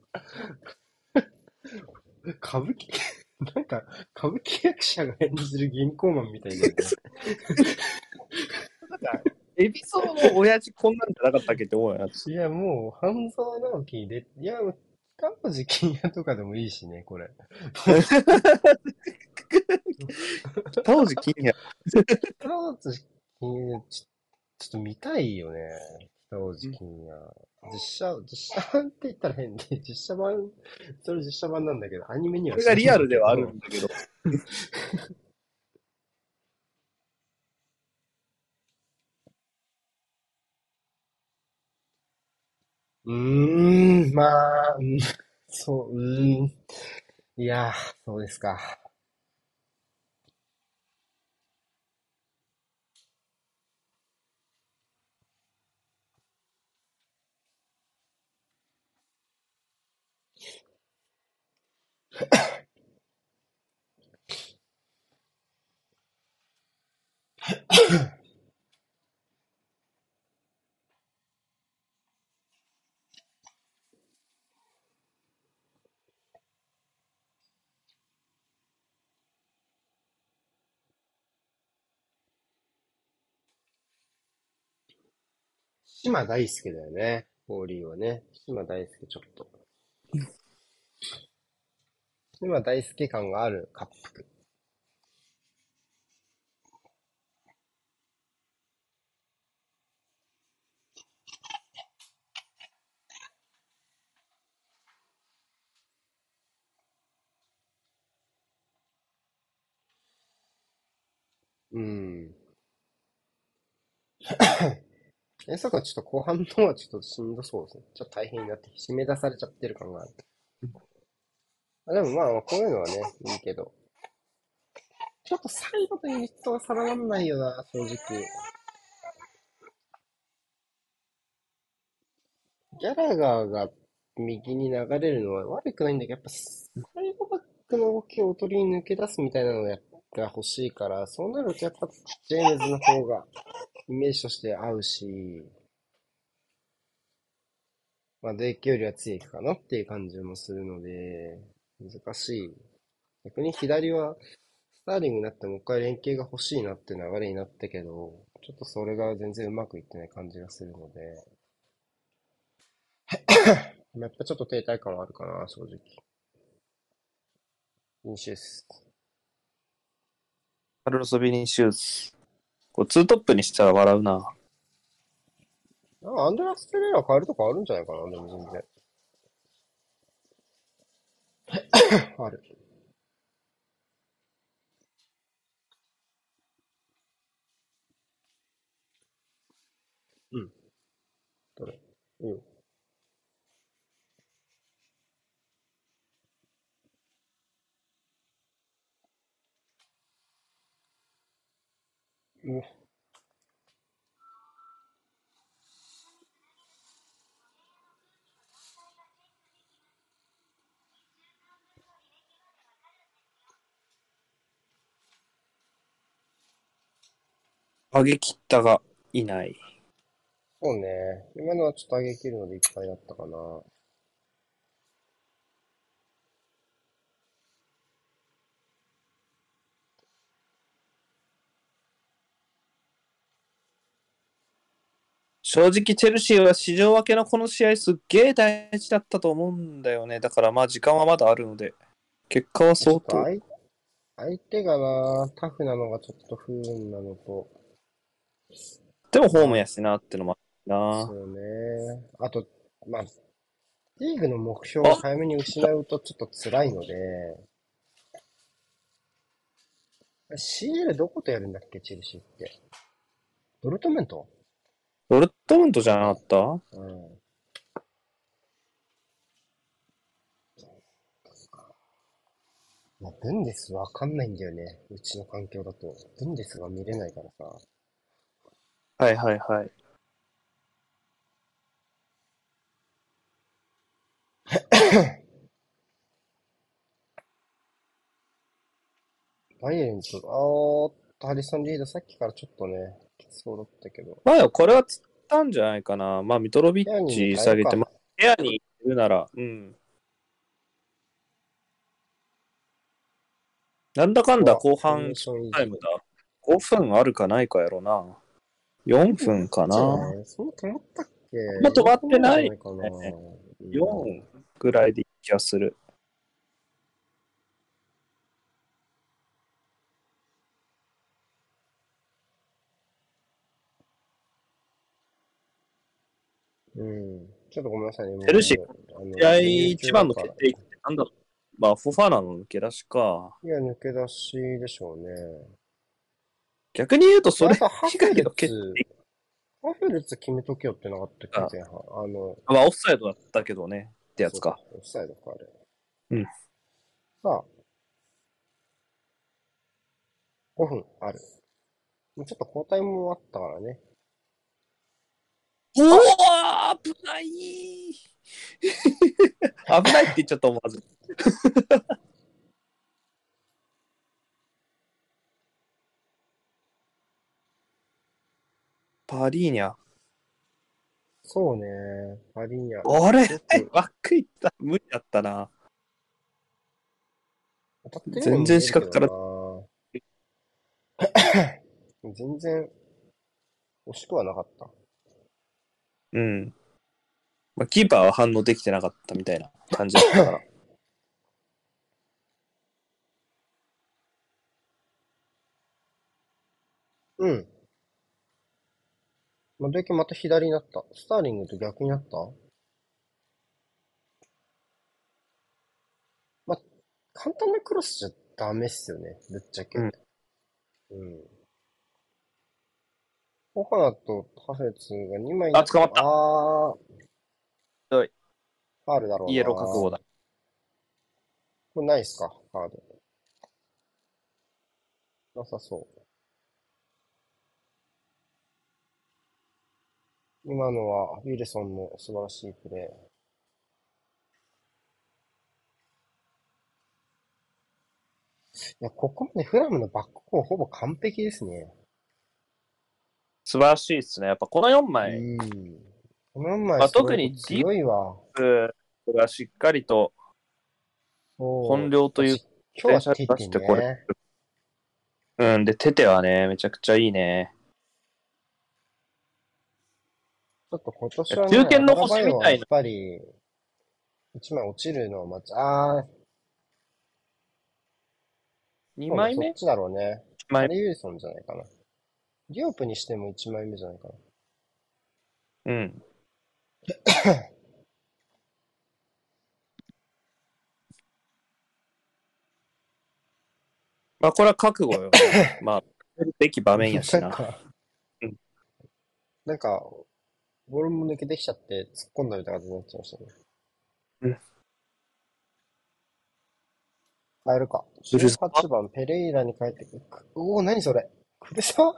歌舞伎、なんか、歌舞伎役者が演じる銀行マンみたいだよね。 なんか、エビソーの親父こんなんじゃなかったっけって思うよな。 いや、もう、半沢直樹で、いや、北大路欣也とかでもいいしね、これ。 北大路欣也。 北大路欣也、ちょっと見たいよね。北大路欣也。実写版って言ったら変で、実写版、それ実写版なんだけど、アニメにこれがはしないんリアルではあるだけど、 んだけど。 まあ、そう、いやー、そうですか。島大輔だよね、ホーリーはね。島大輔ちょっと。島大輔感があるカップ。うん。そこはちょっと後半のはちょっとしんどそうですね。ちょっと大変になって、締め出されちゃってる感がある。でもまあ、こういうのはね、いいけど。ちょっとサイドとユニットは定まんないよな、正直。ギャラガーが右に流れるのは悪くないんだけど、やっぱサイドバックの動きをおとりに抜け出すみたいなのをやってほしいから、そうなるとやっぱジェームズの方がイメージとして合うし、まあ、デッキよりは強いかなっていう感じもするので、難しい。逆に左はスターリングになってもう一回連携が欲しいなって流れになったけど、ちょっとそれが全然うまくいってない感じがするので、 やっぱちょっと停滞感はあるかな、正直。インシュース。 カルロス・ビニシウス。こうツートップにしたら笑うな。 アンドレアス・ペレイラ変えるとかあるんじゃないかな、でも全然。ある。うん。どれいいよ。うお上げ切ったがいない。 そうね。今のはちょっと上げ切るのでいっぱいだったかな。 正直チェルシーは市場分けのこの試合すっげえ大事だったと思うんだよね。だからまあ時間はまだあるので、結果はちょ相当。 っと相手がな、タフなのがちょっと不運なのと、 でもホーまあ、 ムやしなってのもあるな。 そうね。あと、まあ、リーグの目標をあ、 早めに失うとちょっと辛いので、CL どことやるんだっけ、チェルシーって。ドルトムントドルトムントじゃなかか。 った？ うん。まあ、ブンデスわかんないんだよね。うちの環境だと。ブンデスが見れないからさ。 はいはいはい。 バイエルンと、ハリソン・リードさっきからちょっとね、きつそうだったけど。 まあこれは釣ったんじゃないかな。まあミトロビッペアニーにチ下げて、 変えるか。 まあ部屋にいるなら、うん。なんだかんだうわ、 後半フォーメーションいいぞ。 タイムだ。5分あるかないかやろな。4分かじゃなな。 いそんな止まったっけ？ まあ止まっ意外とてないよ前じゃないかな。 ね。 うん。 4ぐらいでいい気がする。 うん。ちょっとごめんなさいね。 ヘルシー、 もう、 試合授乳一番の中だから。 決定機ってなんだろう。まあ、フォファナの抜け出しか。 いや、抜け出しでしょうね。 逆に言うと、そで、あれと、ハ以フル外の決ツ。 定機ハフルツ決めとけよってなかったっけ、 が、 前半。 まあ、オフサイドだったけどね。ってやそうか、 つか。 オフサイドか、あれ。 うん。 さあ、5分ある。もうちょっと交代もあったからね。 おあ、 お危ない危ないって言っちゃった思わず。パリーニャ。 そうね。パリーニャ。 俺、 よくバックいった。無理だったな。 当たってるように全然見えるけど視覚から。 な。全然惜しくはなかった。 うん。まあ、キーパーは反応できてなかったみたいな感じだったから。 うん。まあ、ドイツまた左になった。スターリングと逆になった。まあ、簡単なクロスじゃダメっすよね。ぶっちゃけ。 うん。 うん。オハナとハフェツが2枚あ、 に、 捕まった。ひどい。 ファールだろイエロー覚悟だ。 うな。これないっすかファール。なさそう。今のはウィルソンの素晴らしいプレー。いや、ここまでフラムのバックコーほぼ完璧ですね。 素晴らしいですね。やっぱこの4枚、 うん。この4枚まあ、 揃うと特にディー強いわ。 プがしっかりと本そう。まあ、 領という今日電車はティティ出してこれ。 ね。 うん。で、テテはね、めちゃくちゃいいね。 ちょっと今年はね、 中堅のアダラバイオはやっ星みたいな。 ぱり、一枚落ちるのを待つ。あー、そうね、 2枚目そっちだろうね。 ?1 枚ハリウィルソンじゃないかな。ディオプにしても一枚目じゃないかな。 目。うん。まあ、これは覚悟よね。まあ、やるべき場面やしな。 なんか、 うん。 なんか、ボールも抜けてきちゃって突っ込んだみたいな感じになっちゃいましたね。 うん。 変えるか。 ブルザ 18番、ペレイラに変えてく。おお、何それ。クルサ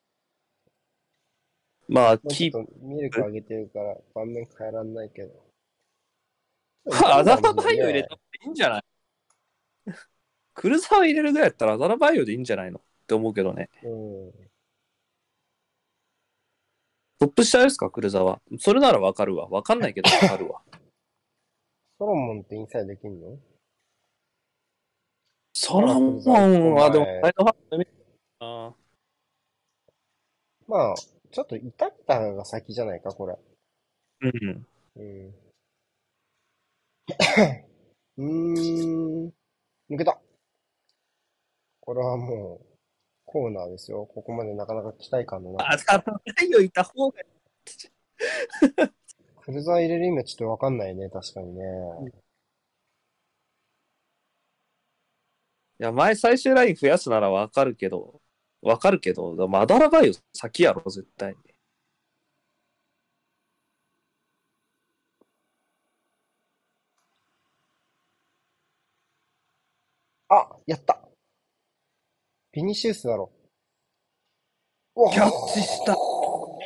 まあ、 まあちょっキーとミルクプ。 上げてるから盤面変えらんないけど。痛アザラみないもんね。 バイオ入れたっていいんじゃない？クルザーを入れるぐらいやったらアザラバイオでいいんじゃないのって思うけどね。 うん。 トップ下ですか、クルザは。それならわかるわ。わかんないけどわかるわ。 ソロモンってインサイドできんの？ ソロからクルザ1個モンはでも、サ前。 イドハーフあまあ、ちょっと痛めたのが先じゃないか、これ。 うん。 うん。うーん。抜けた。これはもう、コーナーですよ。ここまでなかなか期待感のなかアザラった。 バイオいた方がいクルザー入れる意味はちょっとわかんないね、確かにね。 い。いや、前最終ライン増やすならわかるけど、まあアザラバイオ先やろ、絶対に。 あ、やった。ビニシウスだろ。おキャッチした。 お、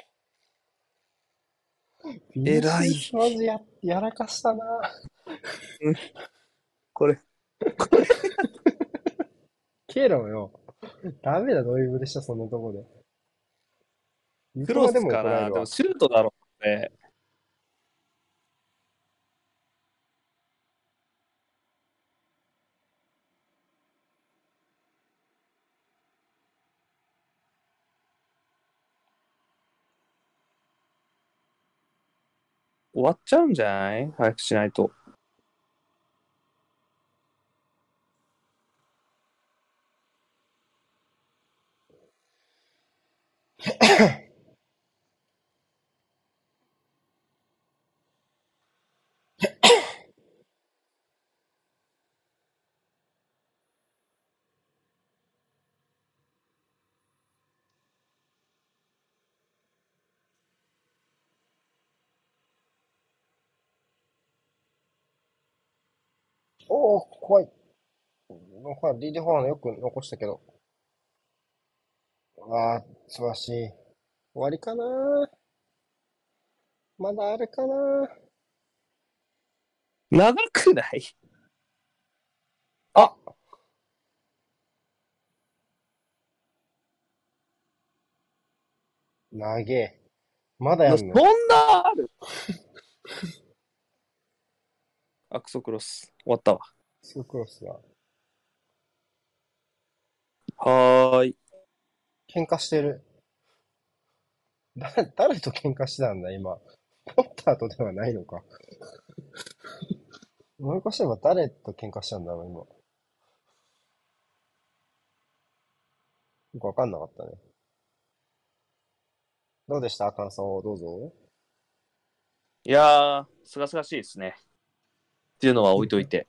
ビニシ偉い。 ウスマジやらかしたな。 うん、これ、 ケロよ。ダメだ、ドリブルした、そんなとこで。三クロ笘でもスかな。 怒られるわ。 でもシュートだろうね。終わっちゃうんじゃない早くしないと。 おお、怖い。リーディ・フォアのよく残したけど。ああ、素晴らしい。終わりかな。まだあるかな。 長くない？ あ、長え。まだやんの？ そんなある？アクソクロス。終わったわ。 ツークロスだ。 はーい。 喧嘩してる。誰と喧嘩してたんだ、今。ポッターとではないのか。思い越してば誰と喧嘩したんだろう、今。よくわかんなかったね。どうでした感想をどうぞ。 いやー、すがすがしいですね。っていうのは置いといて。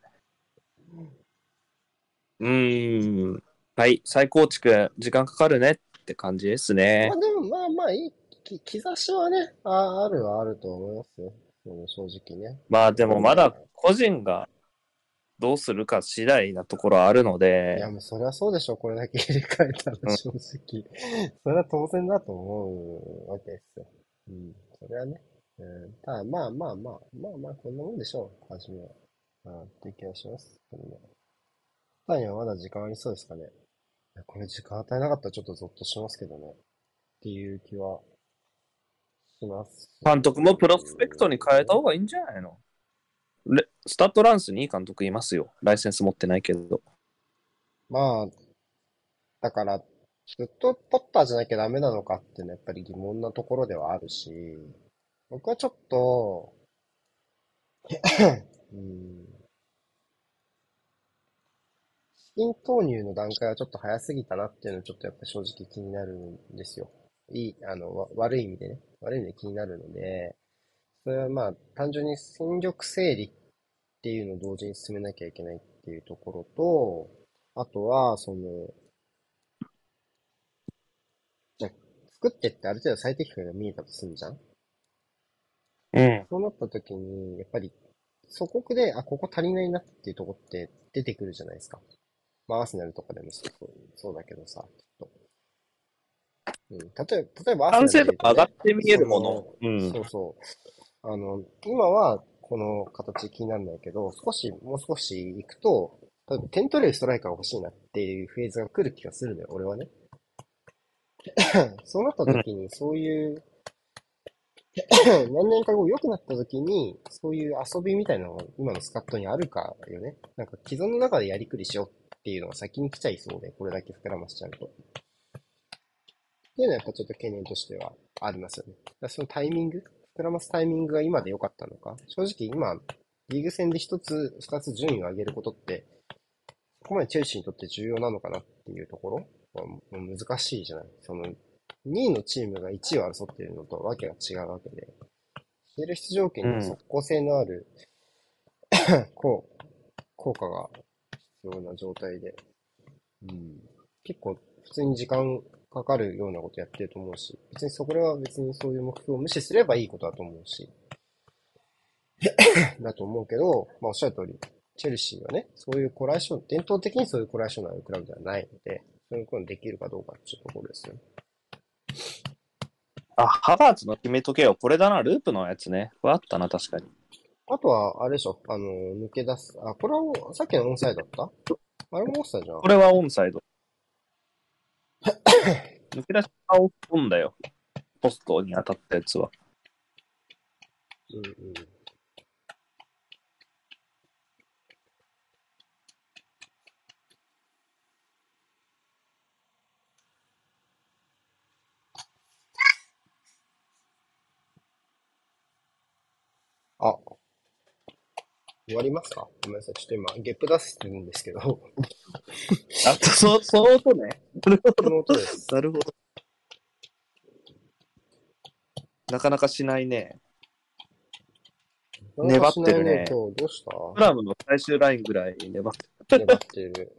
うーん。はい。再構築、時間かかるねって感じですね。 まあでも、まあまあいい、兆しはね、あるはあると思いますよ。正直ね。 まあでもまだ個人がどうするか次第なところはあるのいや、 で、 もうそれはそうでしょ。これだけ入れ替えたらうん、 正直。それは当然だと思うわけですよ。うん。それはね。うん。ただ、まあ、こんなもんでしょう。初めは。っていう気がします。これね。タにはまだ時間ありそうですかね。いやこれ時間与えなかったらちょっとゾッとしますけどね。っていう気はします。 監督もプロスペクトに変えた方がいいんじゃないの？スタッドランスにいい監督いますよ。ライセンス持ってないけど。 まあ、だから、ずっとポッターじゃなきゃダメなのかっていうのはやっぱり疑問なところではあるし、 僕はちょっと、うん、資金投入の段階はちょっと早すぎたなっていうのはちょっとやっぱ正直気になるんですよ。悪い意味でね。悪い意味で気になるので、それはまあ単純に戦力整理っていうのを同時に進めなきゃいけないっていうところと、あとは、じゃあ作ってってある程度最適解が見えたとするじゃん。 うん。 そうなった時に、やっぱり祖国で、ここ足りないなっていうところって出てくるじゃないですか。まあ、アーセナルとかでもそうだけどさ、きっと。うん。例えばアーセナル完成度が上がっで言うとね、 て見えるもの。うん。 そうそう。今はこの形気にならないけど、もう少し行くと、例えば点取れるストライカーが欲しいなっていうフェーズが来る気がするのよ、俺はね。そうなったうん。 時に、そういう何年か後良くなった時に、そういう遊びみたいなのが今のスカットにあるかよね。なんか既存の中でやりくりしようっていうのが先に来ちゃいそうで、これだけ膨らましちゃうと。っていうのはやっぱちょっと懸念としてはありますよね。だからそのタイミング、膨らますタイミングが今で良かったのか。正直今、リーグ戦で一つ、二つ順位を上げることって、ここまでチェルシーにとって重要なのかなっていうところはもう難しいじゃない。2位のチームが1位を争っているのとわけが違うわけで、シェル出場権にはうん。 即効性のある効効果が必要な状態で、うん、結構普通に時間かかるようなことやってると思うし、これは別にそういう目標を無視すればいいことだと思うし、だと思うけど、まあおっしゃる通り、チェルシーはね、そういうコラーション、伝統的にそういうコラーションのあるクラブではないので、そういうことができるかどうかっていうところですよね。 あ、ハバーツの決めとけよ。これだな、ループのやつね。これあったな、確かに。 あとは、あれでしょ、抜け出す。これはさっきのオンサイドだったあれもオンサイドじゃなかった。 これはオンサイド。抜け出しはオンだよ。ポストに当たったやつは。 うんうん。あ、終わりますか？ごめんなさい。ちょっと今、ゲップ出してるんですけど、 あ、その音ね。なるほそど。 の音です。 なるほど。なかなかしないね。 なかなか粘っしないね、 てるね。 今日。どうした？ プラムの最終ラインぐらい粘って粘ってる。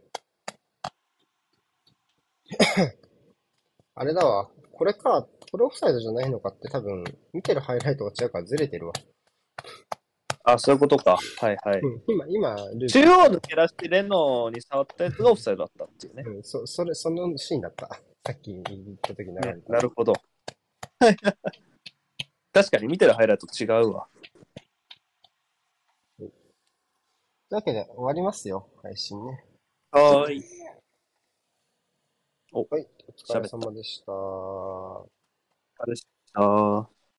あれだわ。これオフサイドじゃないのかって多分、見てるハイライトが違うからずれてるわ。 あ、そういうことか。はいはい。 うん、今、ルー中プしたの。 央抜け出してレノに触ったやつがオフサイドだったっていうね。 うん、そのシーンだった。さっき言った時流ね、 れたの。 なるほど。確かに見てるハイライト違うわ。 というわけで終わりますよ、配信ね。 はーい。お、 はい、お疲れ喋った。 様でした。 あれした。